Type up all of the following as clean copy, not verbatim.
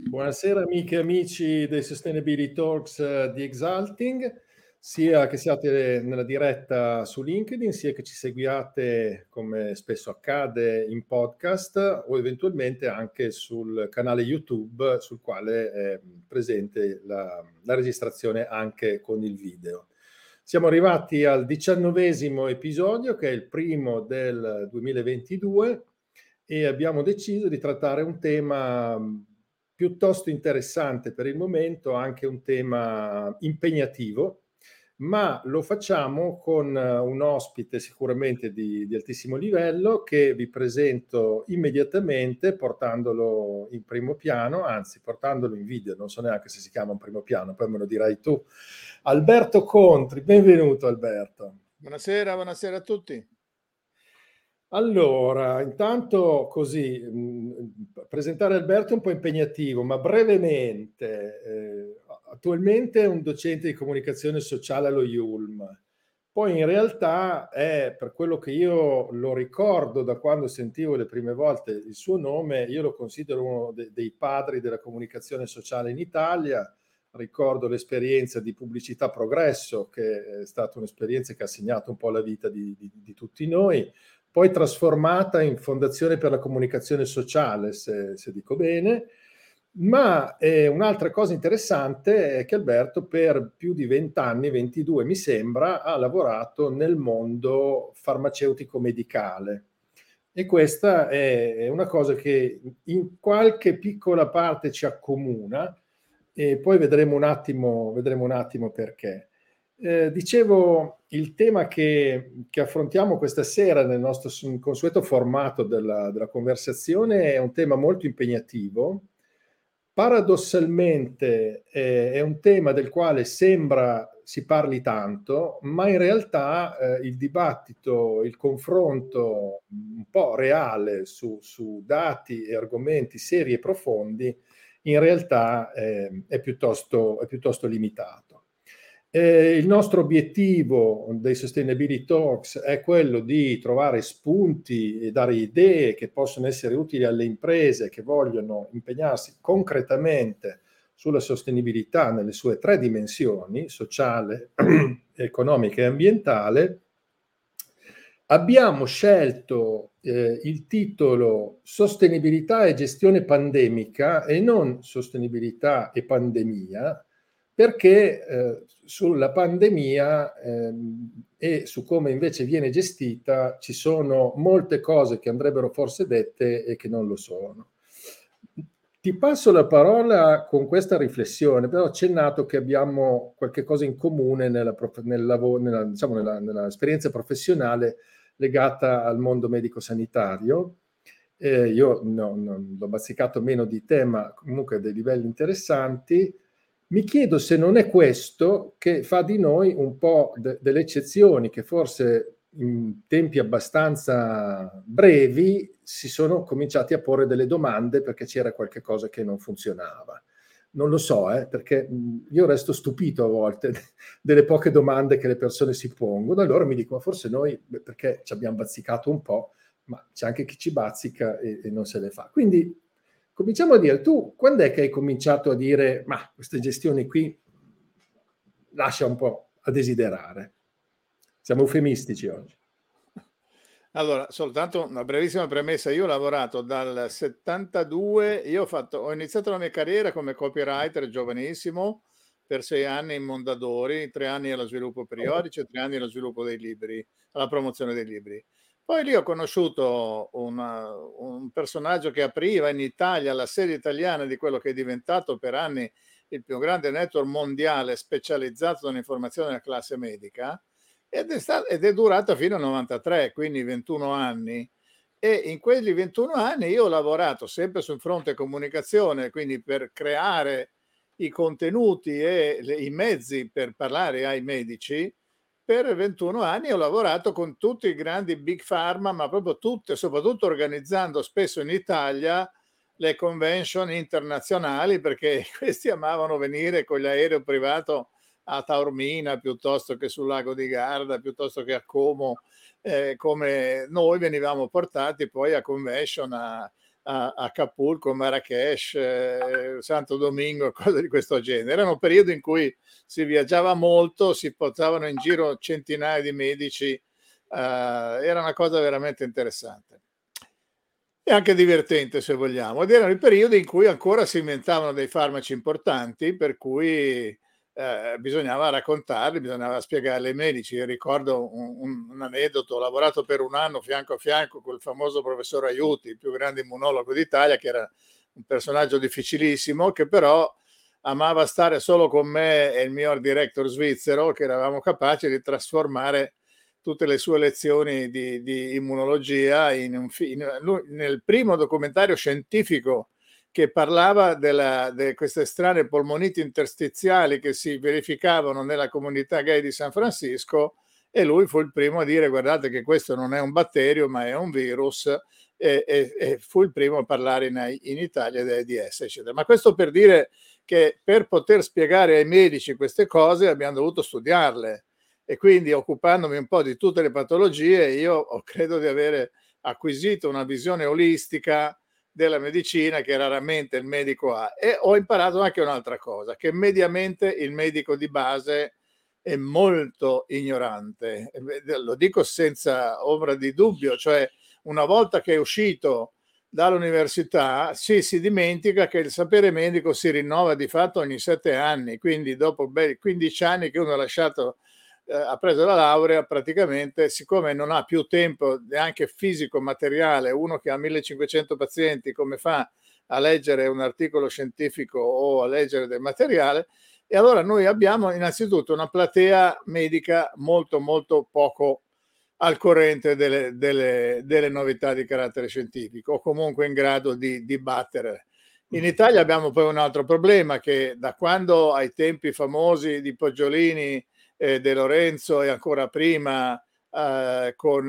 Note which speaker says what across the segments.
Speaker 1: Buonasera amiche e amici dei Sustainability Talks di Exalting, sia che siate nella diretta su LinkedIn, sia che ci seguiate, come spesso accade, in podcast o eventualmente anche sul canale YouTube, sul quale è presente la registrazione anche con il video. Siamo arrivati al 19° episodio, che è il primo del 2022, e abbiamo deciso di trattare un tema piuttosto interessante per il momento, anche un tema impegnativo, ma lo facciamo con un ospite sicuramente di altissimo livello che vi presento immediatamente portandolo in primo piano, anzi portandolo in video, non so neanche se si chiama un primo piano, poi me lo dirai tu. Alberto Contri, benvenuto Alberto.
Speaker 2: Buonasera a tutti.
Speaker 1: Allora, intanto così, presentare Alberto è un po' impegnativo, ma brevemente, attualmente è un docente di comunicazione sociale allo IULM. Poi in realtà è, per quello che io lo ricordo da quando sentivo le prime volte il suo nome, io lo considero uno dei padri della comunicazione sociale in Italia. Ricordo l'esperienza di Pubblicità Progresso, che è stata un'esperienza che ha segnato un po' la vita di tutti noi, poi trasformata in Fondazione per la Comunicazione Sociale, se dico bene. Ma un'altra cosa interessante è che Alberto per più di 20 anni, 22 mi sembra, ha lavorato nel mondo farmaceutico-medicale. E questa è una cosa che in qualche piccola parte ci accomuna, e poi vedremo un attimo perché. Dicevo, il tema che affrontiamo questa sera nel nostro consueto formato della conversazione è un tema molto impegnativo. Paradossalmente è un tema del quale sembra si parli tanto, ma in realtà il dibattito, il confronto un po' reale su dati e argomenti seri e profondi in realtà è piuttosto limitato. Il nostro obiettivo dei Sustainability Talks è quello di trovare spunti e dare idee che possono essere utili alle imprese che vogliono impegnarsi concretamente sulla sostenibilità nelle sue 3 dimensioni, sociale, economica e ambientale. Abbiamo scelto il titolo Sostenibilità e gestione pandemica e non Sostenibilità e pandemia, perché sulla pandemia e su come invece viene gestita ci sono molte cose che andrebbero forse dette e che non lo sono. Ti passo la parola con questa riflessione, però ho accennato che abbiamo qualche cosa in comune nella esperienza professionale legata al mondo medico-sanitario. Io l'ho bazzicato meno di te, ma comunque a dei livelli interessanti. Mi chiedo se non è questo che fa di noi un po' delle eccezioni che forse in tempi abbastanza brevi si sono cominciati a porre delle domande perché c'era qualche cosa che non funzionava. Non lo so, perché io resto stupito a volte delle poche domande che le persone si pongono. Allora mi dico, ma forse noi, perché ci abbiamo bazzicato un po', ma c'è anche chi ci bazzica e non se le fa. Quindi cominciamo a dire, tu quando è che hai cominciato a dire, ma queste gestioni qui lascia un po' a desiderare? Siamo eufemistici oggi.
Speaker 2: Allora, soltanto una brevissima premessa. Io ho lavorato dal 72, ho iniziato la mia carriera come copywriter giovanissimo per 6 anni in Mondadori, 3 anni allo sviluppo periodico e 3 anni allo sviluppo dei libri, alla promozione dei libri. Poi lì ho conosciuto un personaggio che apriva in Italia la sede italiana di quello che è diventato per anni il più grande network mondiale specializzato nell'informazione della classe medica, ed è durata fino al 93, quindi 21 anni. E in quegli 21 anni io ho lavorato sempre sul fronte comunicazione, quindi per creare i contenuti e i mezzi per parlare ai medici. Per 21 anni ho lavorato con tutti i grandi big pharma, ma proprio tutte, soprattutto organizzando spesso in Italia le convention internazionali, perché questi amavano venire con l'aereo privato a Taormina piuttosto che sul lago di Garda, piuttosto che a Como, come noi venivamo portati poi a convention a Acapulco, Marrakesh, Santo Domingo, cose di questo genere. Erano periodi in cui si viaggiava molto, si portavano in giro centinaia di medici, era una cosa veramente interessante. E anche divertente, se vogliamo. Ed erano i periodi in cui ancora si inventavano dei farmaci importanti, per cui bisognava raccontarli, bisognava spiegarli ai medici. Io ricordo un aneddoto: ho lavorato per un anno fianco a fianco col famoso professor Aiuti, il più grande immunologo d'Italia, che era un personaggio difficilissimo, che però amava stare solo con me e il mio art director svizzero, che eravamo capaci di trasformare tutte le sue lezioni di immunologia nel primo documentario scientifico che parlava di queste strane polmoniti interstiziali che si verificavano nella comunità gay di San Francisco, e lui fu il primo a dire: guardate che questo non è un batterio ma è un virus, e fu il primo a parlare in Italia di AIDS, eccetera. Ma questo per dire che per poter spiegare ai medici queste cose abbiamo dovuto studiarle, e quindi, occupandomi un po' di tutte le patologie, io credo di avere acquisito una visione olistica della medicina che raramente il medico ha. E ho imparato anche un'altra cosa: che mediamente il medico di base è molto ignorante. Lo dico senza ombra di dubbio, cioè una volta che è uscito dall'università si dimentica che il sapere medico si rinnova di fatto ogni 7 anni, quindi dopo 15 anni che uno ha lasciato, ha preso la laurea, praticamente, siccome non ha più tempo neanche fisico materiale, uno che ha 1500 pazienti, come fa a leggere un articolo scientifico o a leggere del materiale? E allora noi abbiamo innanzitutto una platea medica molto molto poco al corrente delle novità di carattere scientifico, o comunque in grado di battere. In Italia abbiamo poi un altro problema, che da quando, ai tempi famosi di Poggiolini, De Lorenzo, e ancora prima con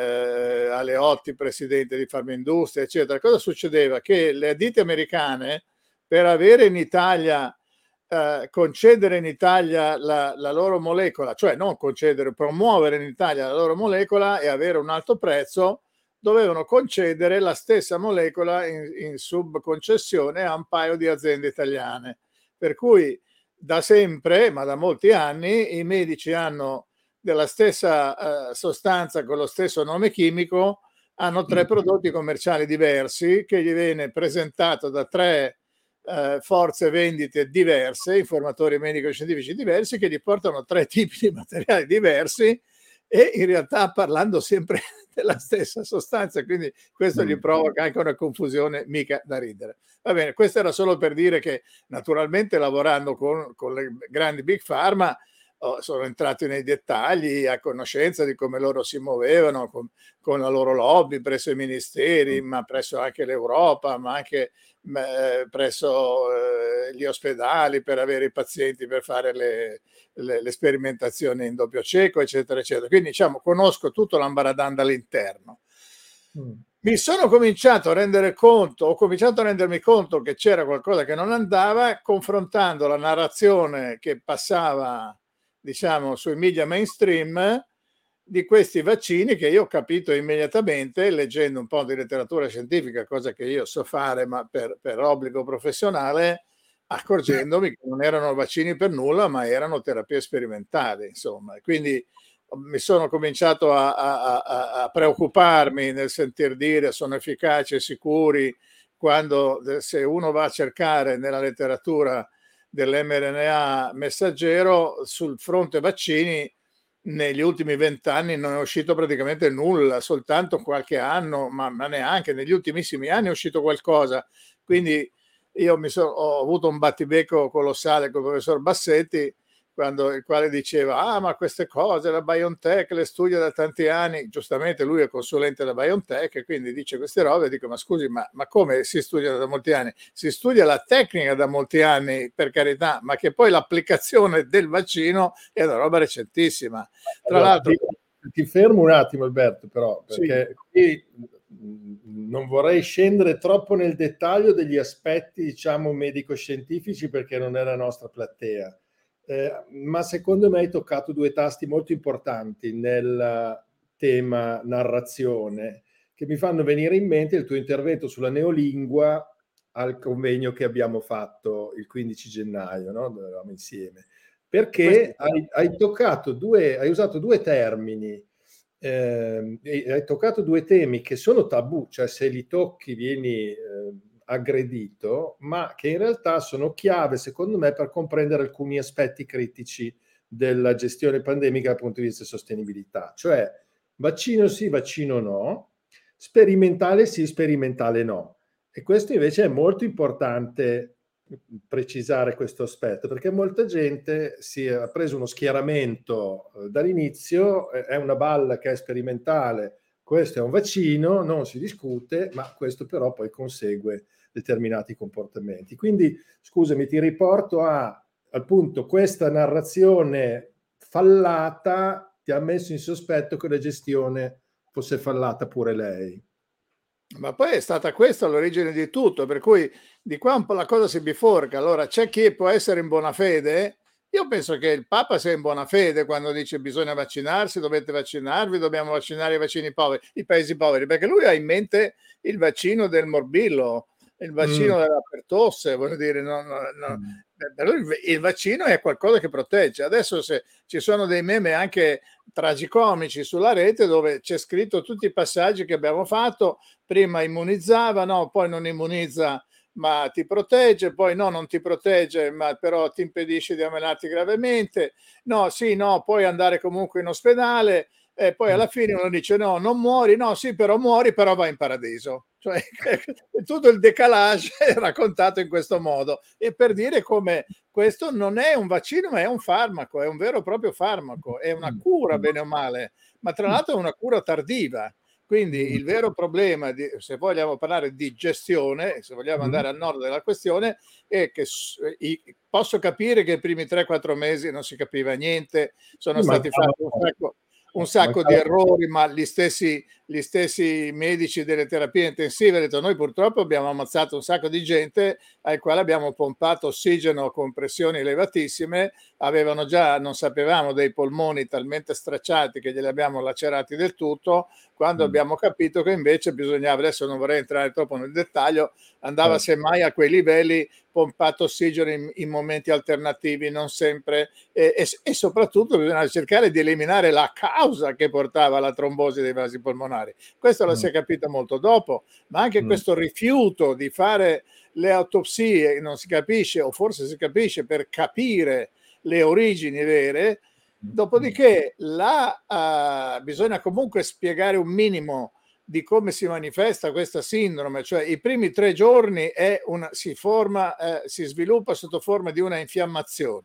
Speaker 2: Aleotti, presidente di Farmindustria, eccetera, cosa succedeva? Che le ditte americane, per avere in Italia, concedere in Italia la loro molecola, cioè non concedere, promuovere in Italia la loro molecola e avere un alto prezzo, dovevano concedere la stessa molecola in subconcessione a un paio di aziende italiane. Per cui da sempre, ma da molti anni, i medici hanno della stessa sostanza con lo stesso nome chimico, hanno 3 prodotti commerciali diversi, che gli viene presentato da 3 forze vendite diverse, informatori medico-scientifici diversi, che gli portano 3 tipi di materiali diversi, e in realtà parlando sempre della stessa sostanza, quindi questo gli provoca anche una confusione mica da ridere. Va bene, questo era solo per dire che, naturalmente, lavorando con le grandi big pharma, sono entrati nei dettagli, a conoscenza di come loro si muovevano con la loro lobby presso i ministeri, ma presso anche l'Europa, ma anche presso gli ospedali, per avere i pazienti per fare le sperimentazioni in doppio cieco, eccetera, eccetera. Quindi, diciamo, conosco tutto l'ambaradanda all'interno. Mi sono cominciato a rendere conto, ho cominciato a rendermi conto che c'era qualcosa che non andava, confrontando la narrazione che passava, diciamo, sui media mainstream di questi vaccini, che io ho capito immediatamente leggendo un po' di letteratura scientifica, cosa che io so fare, ma per obbligo professionale, accorgendomi che non erano vaccini per nulla, ma erano terapie sperimentali, insomma. Quindi mi sono cominciato a preoccuparmi nel sentir dire sono efficaci e sicuri, quando, se uno va a cercare nella letteratura dell'mRNA messaggero, sul fronte vaccini negli ultimi 20 anni non è uscito praticamente nulla, soltanto qualche anno, ma neanche negli ultimissimi anni è uscito qualcosa. Quindi io ho avuto un battibecco colossale con il professor Bassetti, il quale diceva: ma queste cose la BioNTech le studia da tanti anni. Giustamente lui è consulente della BioNTech e quindi dice queste robe. Dico: ma scusi, ma come si studia da molti anni? Si studia la tecnica da molti anni, per carità, ma che poi l'applicazione del vaccino è una roba recentissima. Tra l'altro,
Speaker 1: ti fermo un attimo, Alberto, però, perché qui non vorrei scendere troppo nel dettaglio degli aspetti, diciamo, medico-scientifici, perché non è la nostra platea. Ma secondo me hai toccato 2 tasti molto importanti nel tema narrazione, che mi fanno venire in mente il tuo intervento sulla neolingua al convegno che abbiamo fatto il 15 gennaio, no? Dove eravamo insieme, perché hai usato due termini, hai toccato due temi che sono tabù, cioè se li tocchi vieni aggredito, ma che in realtà sono chiave, secondo me, per comprendere alcuni aspetti critici della gestione pandemica dal punto di vista di sostenibilità, cioè vaccino sì, vaccino no, sperimentale sì, sperimentale no. E questo invece è molto importante precisare questo aspetto, perché molta gente si è preso uno schieramento dall'inizio, è una balla che è sperimentale, questo è un vaccino, non si discute, ma questo però poi consegue determinati comportamenti. Quindi, scusami, ti riporto al punto, questa narrazione fallata ti ha messo in sospetto che la gestione fosse fallata pure lei.
Speaker 2: Ma poi è stata questa l'origine di tutto, per cui di qua un po' la cosa si biforca. Allora c'è chi può essere in buona fede. Io penso che il Papa sia in buona fede quando dice bisogna vaccinarsi, dovete vaccinarvi, dobbiamo vaccinare i vaccini poveri, i paesi poveri, perché lui ha in mente il vaccino del morbillo, il vaccino della pertosse, voglio dire, per lui il vaccino è qualcosa che protegge. Adesso se ci sono dei meme anche tragicomici sulla rete dove c'è scritto tutti i passaggi che abbiamo fatto, prima immunizzava, no, poi non immunizza ma ti protegge, poi no, non ti protegge ma però ti impedisce di ammalarti gravemente, no, sì, no, puoi andare comunque in ospedale e poi alla fine uno dice no, non muori, no, sì, però muori, però vai in paradiso. Cioè tutto il decalage è raccontato in questo modo, e per dire come questo non è un vaccino ma è un farmaco, è un vero e proprio farmaco, è una cura bene o male, ma tra l'altro è una cura tardiva. Quindi il vero problema, se vogliamo parlare di gestione, se vogliamo andare al nord della questione, è che posso capire che i primi 3-4 mesi non si capiva niente, sono stati fatti un sacco di errori, ma gli stessi medici delle terapie intensive hanno detto noi purtroppo abbiamo ammazzato un sacco di gente ai quali abbiamo pompato ossigeno con pressioni elevatissime, avevano già, non sapevamo, dei polmoni talmente stracciati che glieli abbiamo lacerati del tutto, quando abbiamo capito che invece bisognava, adesso non vorrei entrare troppo nel dettaglio, andava semmai a quei livelli pompato ossigeno in momenti alternativi, non sempre, e soprattutto bisogna cercare di eliminare la causa che portava alla trombosi dei vasi polmonari. Questo lo si è capito molto dopo, ma anche questo rifiuto di fare le autopsie non si capisce, o forse si capisce per capire le origini vere. Dopodiché bisogna comunque spiegare un minimo di come si manifesta questa sindrome, cioè i primi 3 giorni si sviluppa sotto forma di una infiammazione.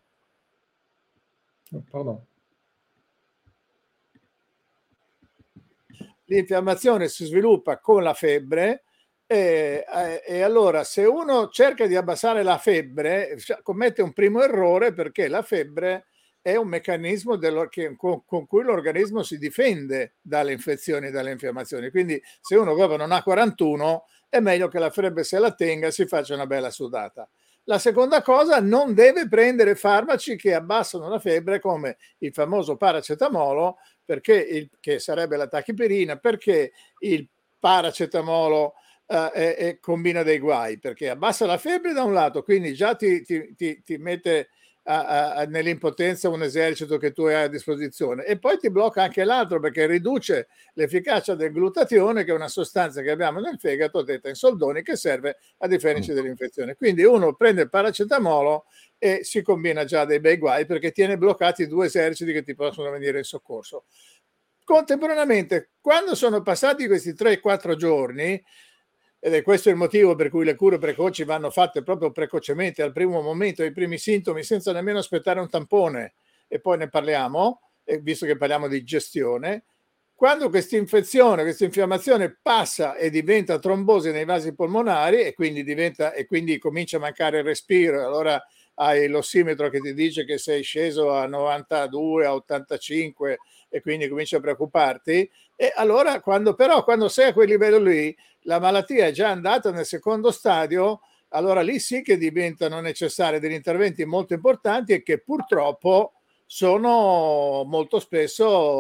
Speaker 2: L'infiammazione si sviluppa con la febbre e allora se uno cerca di abbassare la febbre commette un primo errore, perché la febbre è un meccanismo con cui l'organismo si difende dalle infezioni e dalle infiammazioni. Quindi se uno proprio non ha 41 è meglio che la febbre se la tenga e si faccia una bella sudata. La seconda cosa, non deve prendere farmaci che abbassano la febbre come il famoso paracetamolo, che sarebbe la tachipirina, perché il paracetamolo combina dei guai, perché abbassa la febbre da un lato, quindi già ti mette nell'impotenza un esercito che tu hai a disposizione, e poi ti blocca anche l'altro, perché riduce l'efficacia del glutatione, che è una sostanza che abbiamo nel fegato detta in soldoni, che serve a difenderci dell'infezione. Quindi uno prende il paracetamolo e si combina già dei bei guai, perché tiene bloccati 2 eserciti che ti possono venire in soccorso. Contemporaneamente, quando sono passati questi 3-4 giorni, ed è questo il motivo per cui le cure precoci vanno fatte proprio precocemente, al primo momento, ai primi sintomi, senza nemmeno aspettare un tampone, e poi ne parliamo, visto che parliamo di gestione. Quando questa infiammazione passa e diventa trombosi nei vasi polmonari e quindi comincia a mancare il respiro, allora hai l'ossimetro che ti dice che sei sceso a 92, a 85 e quindi cominci a preoccuparti, e allora quando sei a quel livello lì, la malattia è già andata nel secondo stadio, allora lì sì che diventano necessari degli interventi molto importanti e che purtroppo sono molto spesso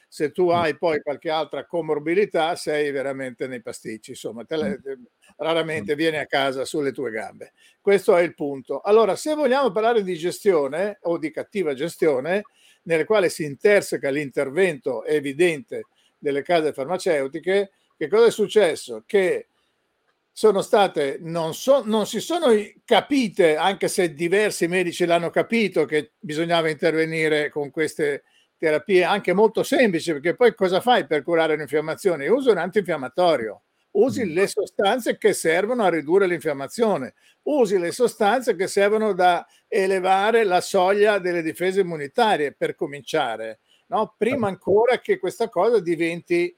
Speaker 2: se tu hai poi qualche altra comorbilità sei veramente nei pasticci, insomma, raramente vieni a casa sulle tue gambe. Questo è il punto. Allora, se vogliamo parlare di gestione o di cattiva gestione, nelle quali si interseca l'intervento evidente delle case farmaceutiche, che cosa è successo? Che sono state, non si sono capite, anche se diversi medici l'hanno capito, che bisognava intervenire con queste terapie anche molto semplici, perché poi cosa fai per curare l'infiammazione? Usi un antinfiammatorio, usi le sostanze che servono a ridurre l'infiammazione, usi le sostanze che servono da elevare la soglia delle difese immunitarie per cominciare, no? Prima ancora che questa cosa diventi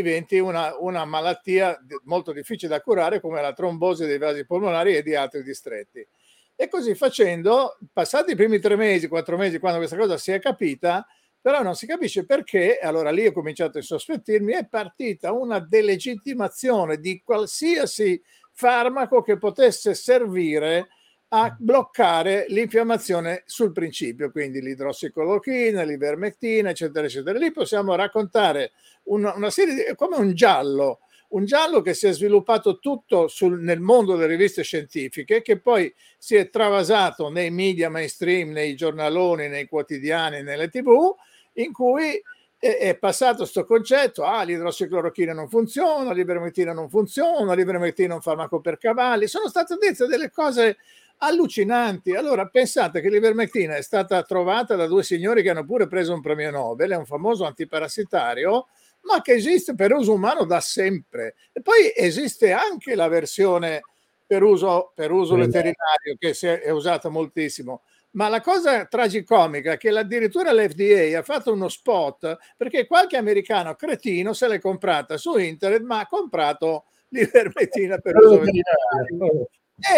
Speaker 2: una malattia molto difficile da curare come la trombosi dei vasi polmonari e di altri distretti. E così facendo, passati i primi 3 mesi, 4 mesi, quando questa cosa si è capita, però non si capisce perché, allora lì ho cominciato a insospettirmi, è partita una delegittimazione di qualsiasi farmaco che potesse servire a bloccare l'infiammazione sul principio, quindi l'idrossiclorochina, l'ivermectina, eccetera, eccetera. Lì possiamo raccontare una serie di, come un giallo che si è sviluppato tutto nel mondo delle riviste scientifiche, che poi si è travasato nei media mainstream, nei giornaloni, nei quotidiani, nelle TV, in cui è passato questo concetto, l'idrossiclorochina non funziona, l'ivermectina non funziona, l'ivermectina è un farmaco per cavalli, sono state dette delle cose allucinanti. Allora pensate che l'ivermectina è stata trovata da 2 signori che hanno pure preso un premio Nobel, è un famoso antiparassitario, ma che esiste per uso umano da sempre. E poi esiste anche la versione per uso veterinario, che è usata moltissimo. Ma la cosa tragicomica è che addirittura l'FDA ha fatto uno spot perché qualche americano cretino se l'è comprata su internet, ma ha comprato l'ivermectina per uso veterinario.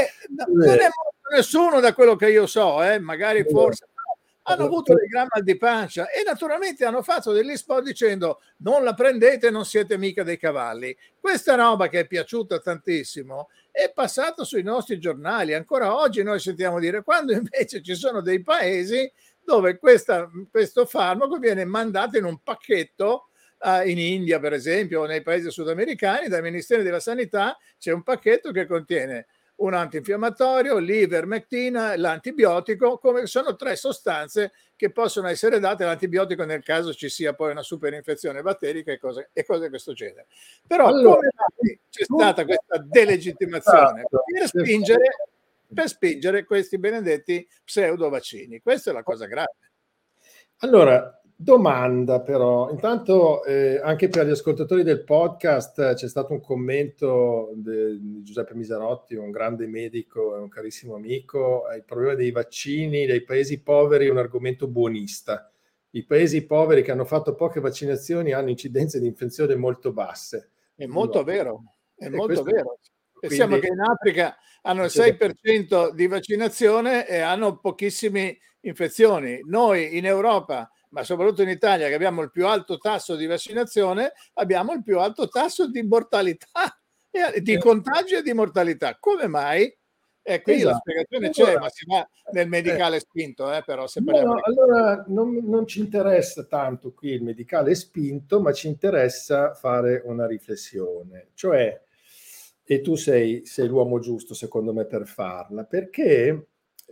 Speaker 2: Non è morto nessuno da quello che io so, magari forse hanno avuto dei gran mal di pancia e naturalmente hanno fatto degli spot dicendo non la prendete, non siete mica dei cavalli. Questa roba che è piaciuta tantissimo è passata sui nostri giornali, ancora oggi noi sentiamo dire, quando invece ci sono dei paesi dove questo farmaco viene mandato in un pacchetto, in India per esempio o nei paesi sudamericani, dai ministeri della sanità c'è un pacchetto che contiene un antinfiammatorio, l'ivermectina, l'antibiotico, come sono 3 sostanze che possono essere date all'antibiotico nel caso ci sia poi una superinfezione batterica e cose di questo genere. Però allora, come mai c'è stata questa delegittimazione per spingere questi benedetti pseudovaccini? Questa è la cosa grave.
Speaker 1: Allora, domanda però, intanto anche per gli ascoltatori del podcast c'è stato un commento di Giuseppe Miserotti, un grande medico e un carissimo amico, il problema dei vaccini dei paesi poveri è un argomento buonista. I paesi poveri che hanno fatto poche vaccinazioni hanno incidenze di infezione molto basse.
Speaker 2: È molto vero, è molto vero. Pensiamo che in Africa hanno il 6% di vaccinazione e hanno pochissime infezioni. Noi in Europa, ma soprattutto in Italia, che abbiamo il più alto tasso di vaccinazione, abbiamo il più alto tasso di mortalità, di contagio e di mortalità. Come mai? E qui la spiegazione c'è, ma si va nel medicale spinto, però se parliamo di...
Speaker 1: Allora non ci interessa tanto qui il medicale spinto, ma ci interessa fare una riflessione, cioè, e tu sei l'uomo giusto secondo me per farla, perché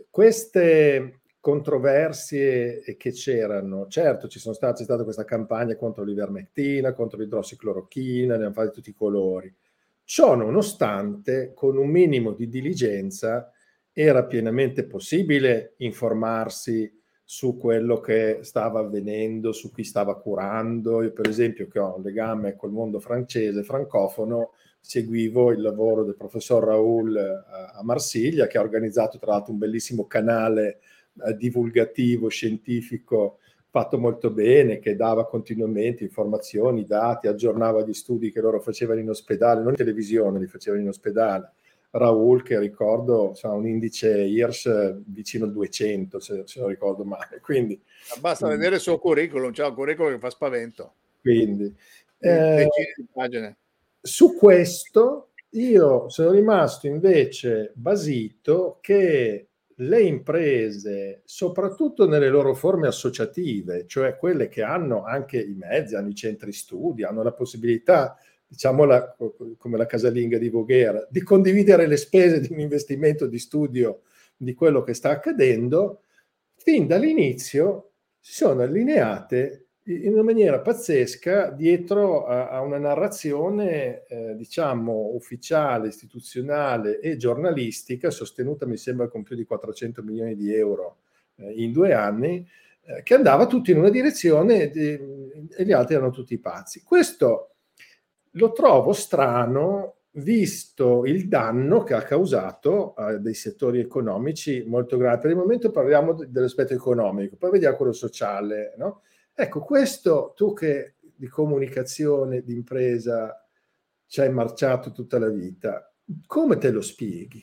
Speaker 1: queste controversie che c'erano, certo c'è stata questa campagna contro l'ivermectina, contro l'idrossiclorochina, ne hanno fatti tutti i colori. Ciò nonostante, con un minimo di diligenza, era pienamente possibile informarsi su quello che stava avvenendo, su chi stava curando. Io per esempio, che ho un legame col mondo francese, francofono, seguivo il lavoro del professor Raoul a Marsiglia, che ha organizzato tra l'altro un bellissimo canale divulgativo, scientifico, fatto molto bene, che dava continuamente informazioni, dati, aggiornava gli studi che loro facevano in ospedale, non in televisione, li facevano in ospedale. Raoul, che ricordo, ha un indice IRS vicino al 200, se non ricordo male. Quindi,
Speaker 2: basta vedere il suo curriculum, c'è un curriculum che fa spavento.
Speaker 1: Quindi,
Speaker 2: decine di pagine.
Speaker 1: Su questo io sono rimasto invece basito che le imprese, soprattutto nelle loro forme associative, cioè quelle che hanno anche i mezzi, hanno i centri studi, hanno la possibilità, diciamola come la casalinga di Voghera, di condividere le spese di un investimento di studio di quello che sta accadendo, fin dall'inizio si sono allineate in una maniera pazzesca dietro a una narrazione, diciamo, ufficiale, istituzionale e giornalistica, sostenuta mi sembra con più di 400 milioni di euro in 2 anni, che andava tutto in una direzione e gli altri erano tutti pazzi. Questo lo trovo strano, visto il danno che ha causato a dei settori economici molto gravi. Per il momento parliamo dell'aspetto economico, poi vediamo quello sociale, no? Ecco, questo tu che di comunicazione, di impresa ci hai marciato tutta la vita, come te lo spieghi?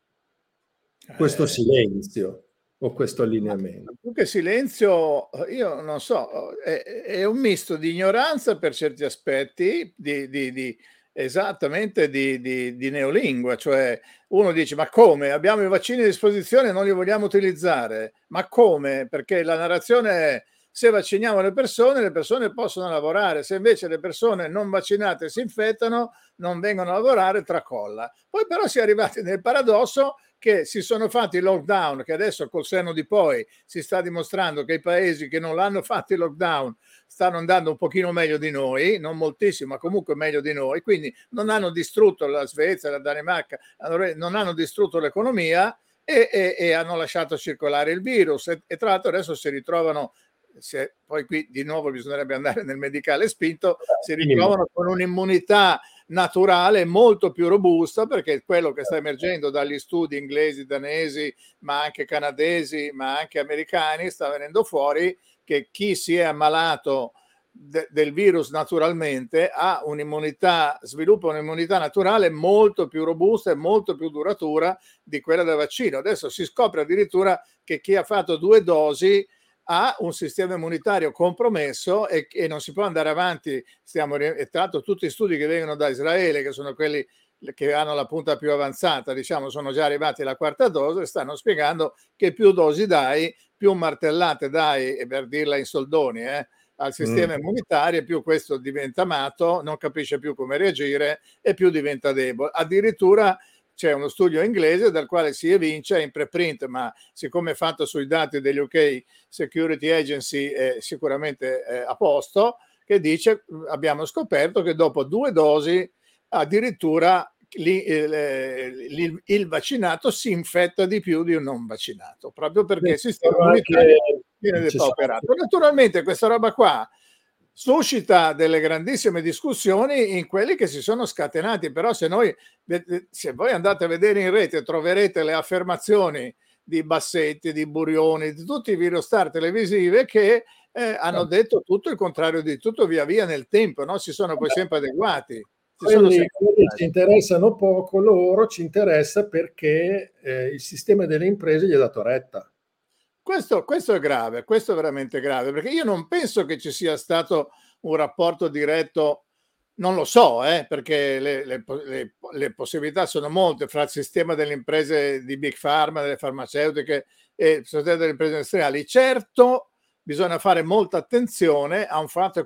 Speaker 1: Questo silenzio o questo allineamento?
Speaker 2: Più che silenzio, io non so, è un misto di ignoranza per certi aspetti, esattamente di neolingua, cioè uno dice: ma come? Abbiamo i vaccini a disposizione e non li vogliamo utilizzare? Ma come? Perché la narrazione è: se vacciniamo le persone possono lavorare, se invece le persone non vaccinate si infettano, non vengono a lavorare, tracolla. Poi però si è arrivati nel paradosso che si sono fatti i lockdown, che adesso col senno di poi si sta dimostrando che i paesi che non l'hanno fatto i lockdown stanno andando un pochino meglio di noi, non moltissimo, ma comunque meglio di noi, quindi non hanno distrutto la Svezia, la Danimarca, non hanno distrutto l'economia e hanno lasciato circolare il virus e tra l'altro adesso si ritrovano, poi qui di nuovo bisognerebbe andare nel medicale spinto, si ritrovano con un'immunità naturale molto più robusta, perché quello che sta emergendo dagli studi inglesi, danesi, ma anche canadesi, ma anche americani, sta venendo fuori che chi si è ammalato del virus naturalmente ha un'immunità, sviluppa un'immunità naturale molto più robusta e molto più duratura di quella del vaccino. Adesso si scopre addirittura che chi ha fatto 2 dosi ha un sistema immunitario compromesso e non si può andare avanti. Tra l'altro tutti gli studi che vengono da Israele, che sono quelli che hanno la punta più avanzata, diciamo, sono già arrivati alla 4ª dose, stanno spiegando che più dosi dai, più martellate dai, e per dirla in soldoni, al sistema immunitario, più questo diventa matto, non capisce più come reagire e più diventa debole. Addirittura c'è uno studio inglese dal quale si evince in preprint, ma siccome è fatto sui dati degli UK Security Agency è sicuramente a posto, che dice: abbiamo scoperto che dopo 2 dosi addirittura il vaccinato si infetta di più di un non vaccinato, proprio perché il sistema immunitario viene depauperato. Naturalmente questa roba qua suscita delle grandissime discussioni in quelli che si sono scatenati, però se voi andate a vedere in rete troverete le affermazioni di Bassetti, di Burioni, di tutti i virostar televisive che hanno detto tutto il contrario di tutto via via nel tempo, no? Si sono poi sempre adeguati.
Speaker 1: Quelli ci interessano poco, loro ci interessa perché il sistema delle imprese gli ha dato retta.
Speaker 2: Questo è grave, questo è veramente grave, perché io non penso che ci sia stato un rapporto diretto, non lo so, perché le possibilità sono molte fra il sistema delle imprese di Big Pharma, delle farmaceutiche e il sistema delle imprese industriali. Certo, bisogna fare molta attenzione a un fatto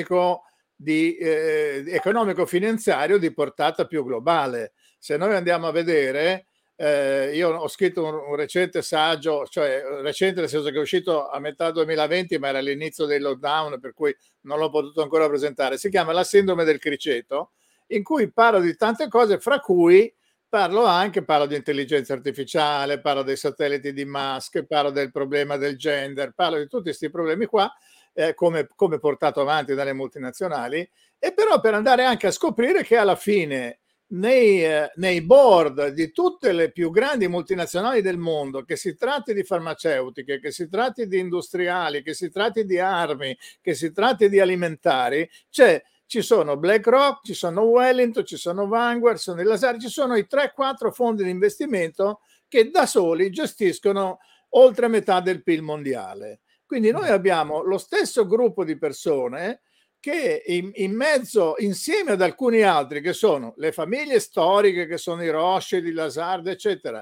Speaker 2: economico-finanziario di portata più globale. Se noi andiamo a vedere, io ho scritto un recente saggio, cioè recente nel senso che è uscito a metà 2020, ma era all'inizio del lockdown, per cui non l'ho potuto ancora presentare. Si chiama La sindrome del criceto, in cui parlo di tante cose, fra cui parlo di intelligenza artificiale, parlo dei satelliti di Musk, parlo del problema del gender, parlo di tutti questi problemi qua, come portato avanti dalle multinazionali, e però per andare anche a scoprire che alla fine nei board di tutte le più grandi multinazionali del mondo, che si tratti di farmaceutiche, che si tratti di industriali, che si tratti di armi, che si tratti di alimentari, ci sono BlackRock, ci sono Wellington, ci sono Vanguard, ci sono i Lazari, ci sono i 3-4 fondi di investimento che da soli gestiscono oltre metà del PIL mondiale. Quindi noi abbiamo lo stesso gruppo di persone che in mezzo, insieme ad alcuni altri che sono le famiglie storiche, che sono i Rothschild, i Lazard, eccetera,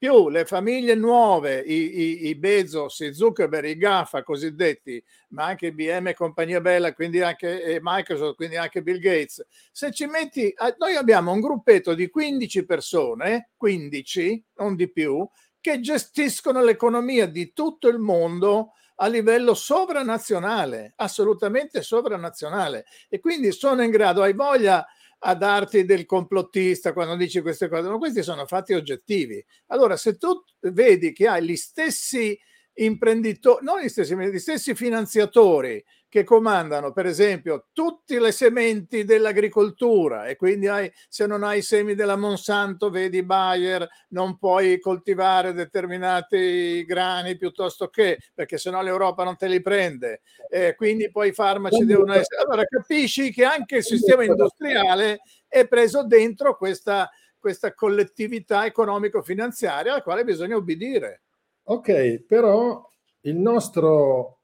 Speaker 2: più le famiglie nuove, i Bezos, i Zuckerberg, i GAFA cosiddetti, ma anche IBM e compagnia bella, quindi anche Microsoft, quindi anche Bill Gates. Se ci metti, noi abbiamo un gruppetto di 15 persone, 15, non di più, che gestiscono l'economia di tutto il mondo a livello sovranazionale, assolutamente sovranazionale, e quindi sono in grado, hai voglia a darti del complottista quando dici queste cose, ma questi sono fatti oggettivi. Allora, se tu vedi che hai gli stessi imprenditori, non gli stessi finanziatori che comandano, per esempio, tutte le sementi dell'agricoltura, e quindi se non hai i semi della Monsanto, vedi Bayer, non puoi coltivare determinati grani piuttosto che, perché sennò l'Europa non te li prende, quindi poi i farmaci devono essere. Allora capisci che anche il sistema industriale è preso dentro questa collettività economico-finanziaria alla quale bisogna obbedire.
Speaker 1: Ok, però il nostro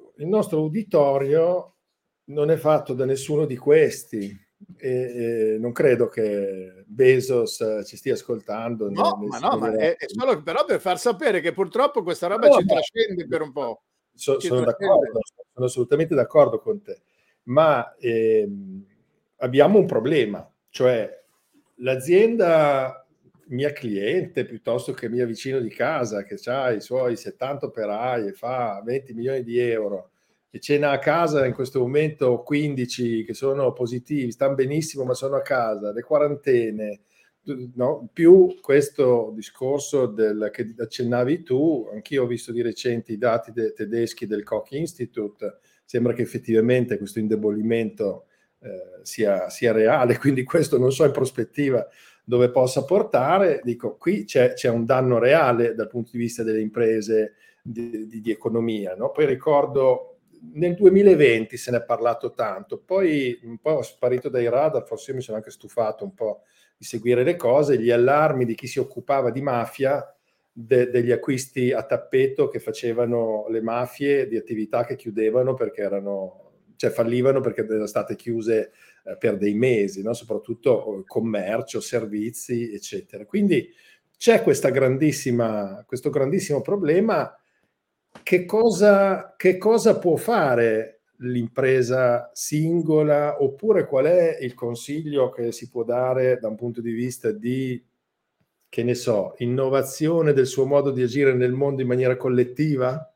Speaker 1: uditorio non è fatto da nessuno di questi, e non credo che Bezos ci stia ascoltando.
Speaker 2: Ma è solo però per far sapere che purtroppo questa roba ci trascende per un po'.
Speaker 1: Sono d'accordo, sono assolutamente d'accordo con te, ma abbiamo un problema, cioè l'azienda mia cliente piuttosto che mia vicino di casa che ha i suoi 70 operai e fa 20 milioni di euro e ce n'ha a casa in questo momento 15 che sono positivi, stanno benissimo ma sono a casa, le quarantene, no? Più questo discorso che accennavi tu, anch'io ho visto di recente i dati tedeschi del Koch Institute, sembra che effettivamente questo indebolimento sia reale, quindi questo non so in prospettiva dove possa portare. Dico, qui c'è un danno reale dal punto di vista delle imprese di economia, no? Poi ricordo nel 2020 se ne è parlato tanto, poi un po' sparito dai radar, forse io mi sono anche stufato un po' di seguire le cose, gli allarmi di chi si occupava di mafia, degli acquisti a tappeto che facevano le mafie, di attività che chiudevano perché fallivano perché erano state chiuse per dei mesi, no? Soprattutto commercio, servizi, eccetera. Quindi c'è questo grandissimo problema. Che cosa può fare l'impresa singola, oppure qual è il consiglio che si può dare da un punto di vista di, che ne so, innovazione del suo modo di agire nel mondo in maniera collettiva?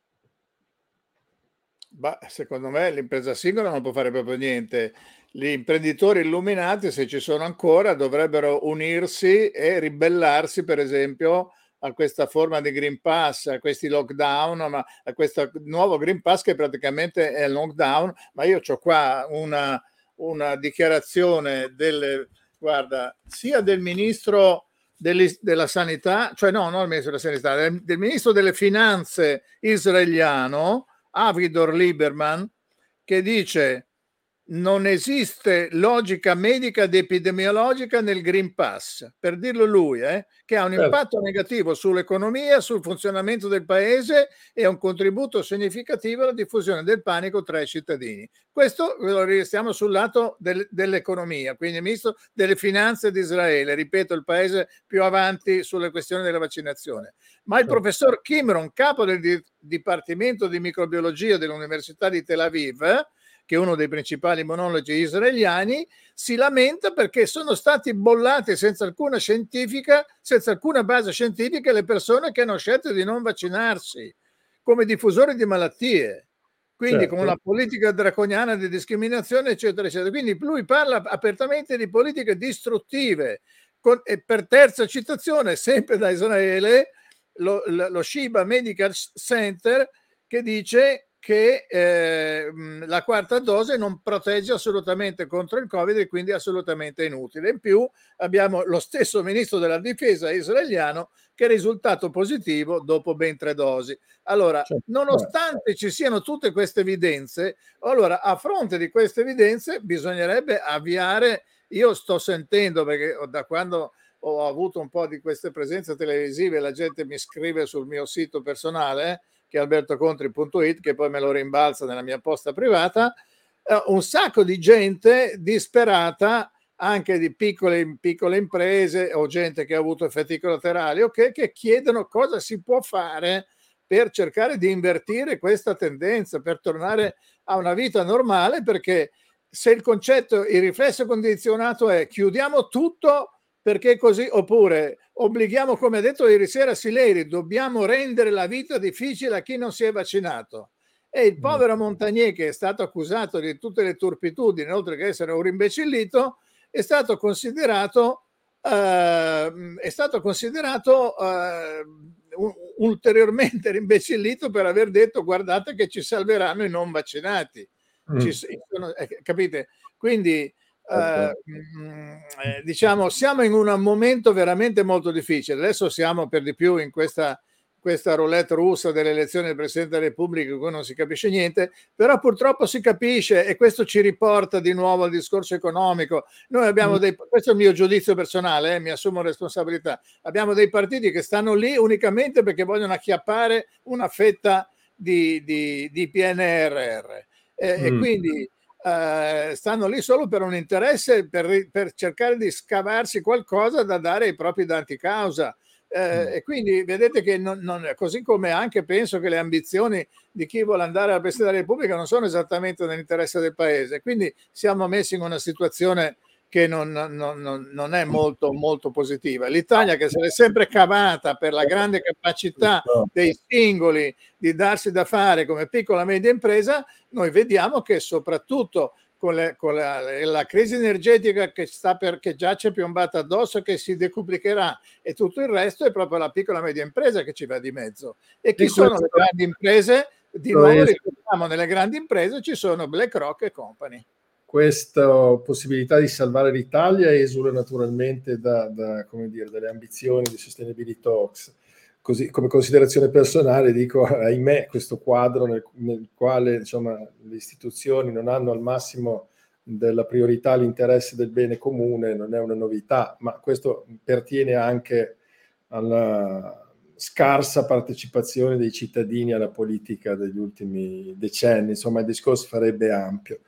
Speaker 2: Secondo me l'impresa singola non può fare proprio niente. Gli imprenditori illuminati, se ci sono ancora, dovrebbero unirsi e ribellarsi, per esempio, a questa forma di Green Pass, a questi lockdown, ma a questo nuovo Green Pass che praticamente è il lockdown. Ma io ho qua una dichiarazione guarda, sia del ministro della sanità, cioè no, non il ministro della sanità, del ministro delle finanze israeliano, Avigdor Lieberman, che dice: non esiste logica medica ed epidemiologica nel Green Pass, per dirlo lui, che ha un impatto negativo sull'economia, sul funzionamento del paese e un contributo significativo alla diffusione del panico tra i cittadini. Questo lo restiamo sul lato dell'economia, quindi il ministro delle finanze di Israele, ripeto, il paese più avanti sulle questioni della vaccinazione. Ma il professor Kimron, capo del Dipartimento di Microbiologia dell'Università di Tel Aviv, che è uno dei principali immunologi israeliani, si lamenta perché sono stati bollati senza alcuna base scientifica le persone che hanno scelto di non vaccinarsi come diffusori di malattie, quindi con una politica draconiana di discriminazione, eccetera, eccetera. Quindi lui parla apertamente di politiche distruttive. E per terza citazione, sempre da Israele, lo Sheba Medical Center, che dice che la quarta dose non protegge assolutamente contro il Covid e quindi è assolutamente inutile. In più abbiamo lo stesso ministro della difesa israeliano che è risultato positivo dopo ben 3 dosi. Allora, nonostante ci siano tutte queste evidenze, allora a fronte di queste evidenze bisognerebbe avviare. Io sto sentendo, perché da quando ho avuto un po' di queste presenze televisive, la gente mi scrive sul mio sito personale, che è albertocontri.it, che poi me lo rimbalza nella mia posta privata, un sacco di gente disperata anche di piccole imprese o gente che ha avuto effetti collaterali, okay, che chiedono cosa si può fare per cercare di invertire questa tendenza, per tornare a una vita normale, perché se il riflesso condizionato è chiudiamo tutto perché così, oppure obblighiamo, come ha detto ieri sera Sileri, dobbiamo rendere la vita difficile a chi non si è vaccinato. E il povero Montagnier, che è stato accusato di tutte le turpitudini, oltre che essere un rimbecillito, è stato considerato ulteriormente rimbecillito per aver detto guardate che ci salveranno i non vaccinati. Capite? Quindi diciamo siamo in un momento veramente molto difficile. Adesso siamo per di più in questa roulette russa delle elezioni del Presidente della Repubblica, in cui non si capisce niente, però purtroppo si capisce, e questo ci riporta di nuovo al discorso economico. Noi abbiamo questo è il mio giudizio personale, mi assumo responsabilità, abbiamo dei partiti che stanno lì unicamente perché vogliono acchiappare una fetta di PNRR e quindi stanno lì solo per un interesse, per cercare di scavarsi qualcosa da dare ai propri danti causa. E quindi vedete che così come anche penso che le ambizioni di chi vuole andare alla Presidenza della Repubblica non sono esattamente nell'interesse del paese, quindi siamo messi in una situazione che non è molto molto positiva. L'Italia, che se l'è sempre cavata per la grande capacità dei singoli di darsi da fare come piccola e media impresa, noi vediamo che soprattutto con la crisi energetica che già ci è piombata addosso, che si decuplicherà, e tutto il resto, è proprio la piccola e media impresa che ci va di mezzo. E chi sono le grandi imprese? Di nuovo ricordiamo, nelle grandi imprese ci sono BlackRock e company.
Speaker 1: Questa possibilità di salvare l'Italia esula naturalmente come dire, dalle ambizioni di Sustainability Talks. Così, come considerazione personale, dico, ahimè, questo quadro nel quale, insomma, le istituzioni non hanno al massimo della priorità l'interesse del bene comune non è una novità, ma questo pertiene anche alla scarsa partecipazione dei cittadini alla politica degli ultimi decenni. Insomma, il discorso farebbe ampio.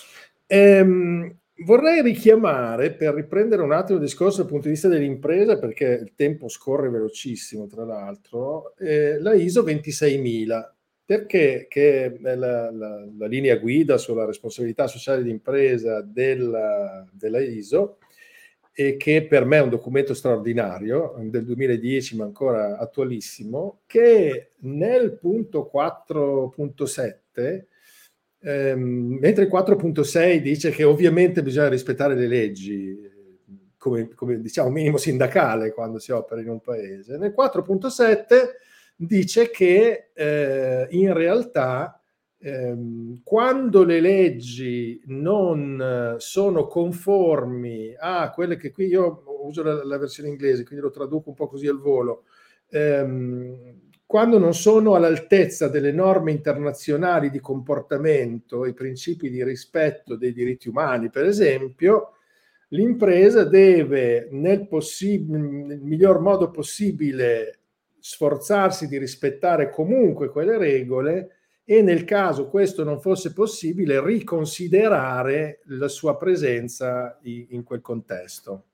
Speaker 1: Vorrei richiamare, per riprendere un attimo il discorso dal punto di vista dell'impresa, perché il tempo scorre velocissimo, tra l'altro, la ISO 26000, perché che è la linea guida sulla responsabilità sociale d'impresa della ISO, e che per me è un documento straordinario, del 2010 ma ancora attualissimo, che nel punto 4.7, mentre il 4.6 dice che ovviamente bisogna rispettare le leggi, come diciamo minimo sindacale quando si opera in un paese, nel 4.7 dice che in realtà quando le leggi non sono conformi a quelle che qui io uso la versione inglese, quindi lo traduco un po' così al volo, quando non sono all'altezza delle norme internazionali di comportamento e principi di rispetto dei diritti umani, per esempio, l'impresa deve nel miglior modo possibile sforzarsi di rispettare comunque quelle regole, e nel caso questo non fosse possibile riconsiderare la sua presenza in quel contesto.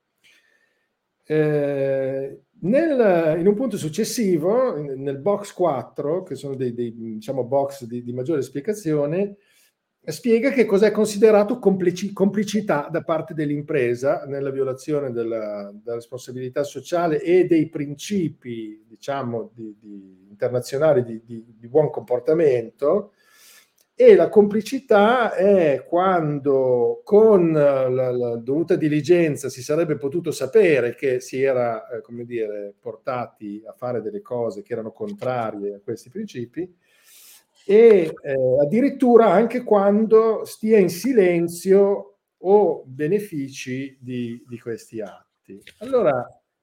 Speaker 1: In un punto successivo, nel box 4, che sono dei diciamo box di maggiore spiegazione, spiega che cos'è considerato complicità da parte dell'impresa nella violazione della responsabilità sociale e dei principi, diciamo, internazionali di buon comportamento. E la complicità è quando con la dovuta diligenza si sarebbe potuto sapere che si era, come dire, portati a fare delle cose che erano contrarie a questi principi, e addirittura anche quando stia in silenzio o benefici di questi atti. Allora,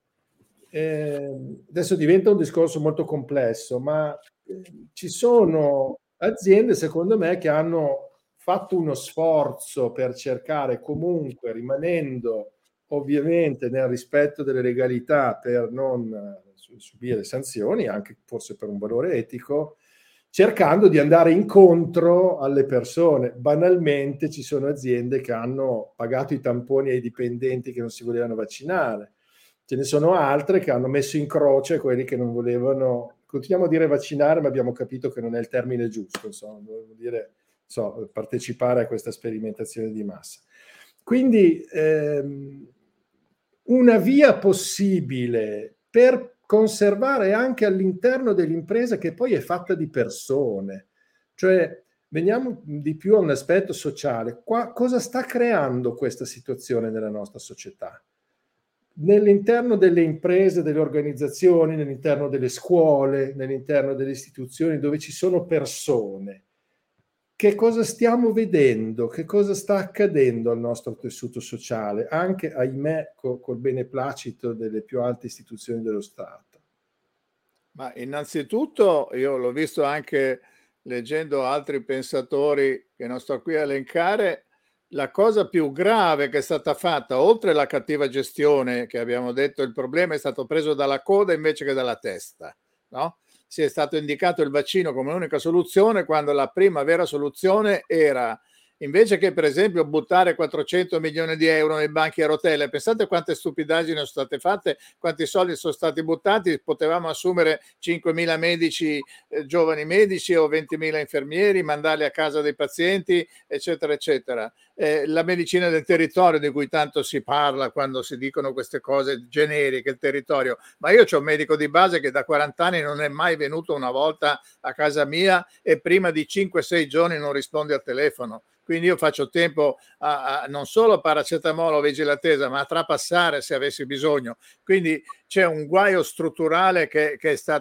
Speaker 1: adesso diventa un discorso molto complesso, ma ci sono aziende, secondo me, che hanno fatto uno sforzo per cercare comunque, rimanendo ovviamente nel rispetto delle legalità per non subire sanzioni, anche forse per un valore etico, cercando di andare incontro alle persone. Banalmente ci sono aziende che hanno pagato i tamponi ai dipendenti che non si volevano vaccinare, ce ne sono altre che hanno messo in croce quelli che non volevano, continuiamo a dire vaccinare, ma abbiamo capito che non è il termine giusto, insomma, volevo dire, partecipare a questa sperimentazione di massa. Quindi una via possibile per conservare anche all'interno dell'impresa, che poi è fatta di persone, cioè veniamo di più a un aspetto sociale. Cosa sta creando questa situazione nella nostra società? Nell'interno delle imprese, delle organizzazioni, nell'interno delle scuole, nell'interno delle istituzioni dove ci sono persone, che cosa stiamo vedendo? Che cosa sta accadendo al nostro tessuto sociale? Anche, ahimè, col beneplacito delle più alte istituzioni dello Stato.
Speaker 2: Ma innanzitutto io l'ho visto anche leggendo altri pensatori che non sto qui a elencare, la cosa più grave che è stata fatta, oltre la cattiva gestione, che abbiamo detto il problema è stato preso dalla coda invece che dalla testa, no? Si è stato indicato il vaccino come unica soluzione quando la prima vera soluzione era, invece che per esempio buttare 400 milioni di euro nei banchi a rotelle, pensate quante stupidaggini sono state fatte, quanti soldi sono stati buttati, potevamo assumere 5.000 medici, giovani medici o 20.000 infermieri, mandarli a casa dei pazienti, eccetera, eccetera. La medicina del territorio di cui tanto si parla quando si dicono queste cose generiche, il territorio, ma io c'ho un medico di base che da 40 anni non è mai venuto una volta a casa mia e prima di 5-6 giorni non risponde al telefono. Quindi io faccio tempo a non solo paracetamolo o vigilatesa, ma a trapassare se avessi bisogno. Quindi c'è un guaio strutturale che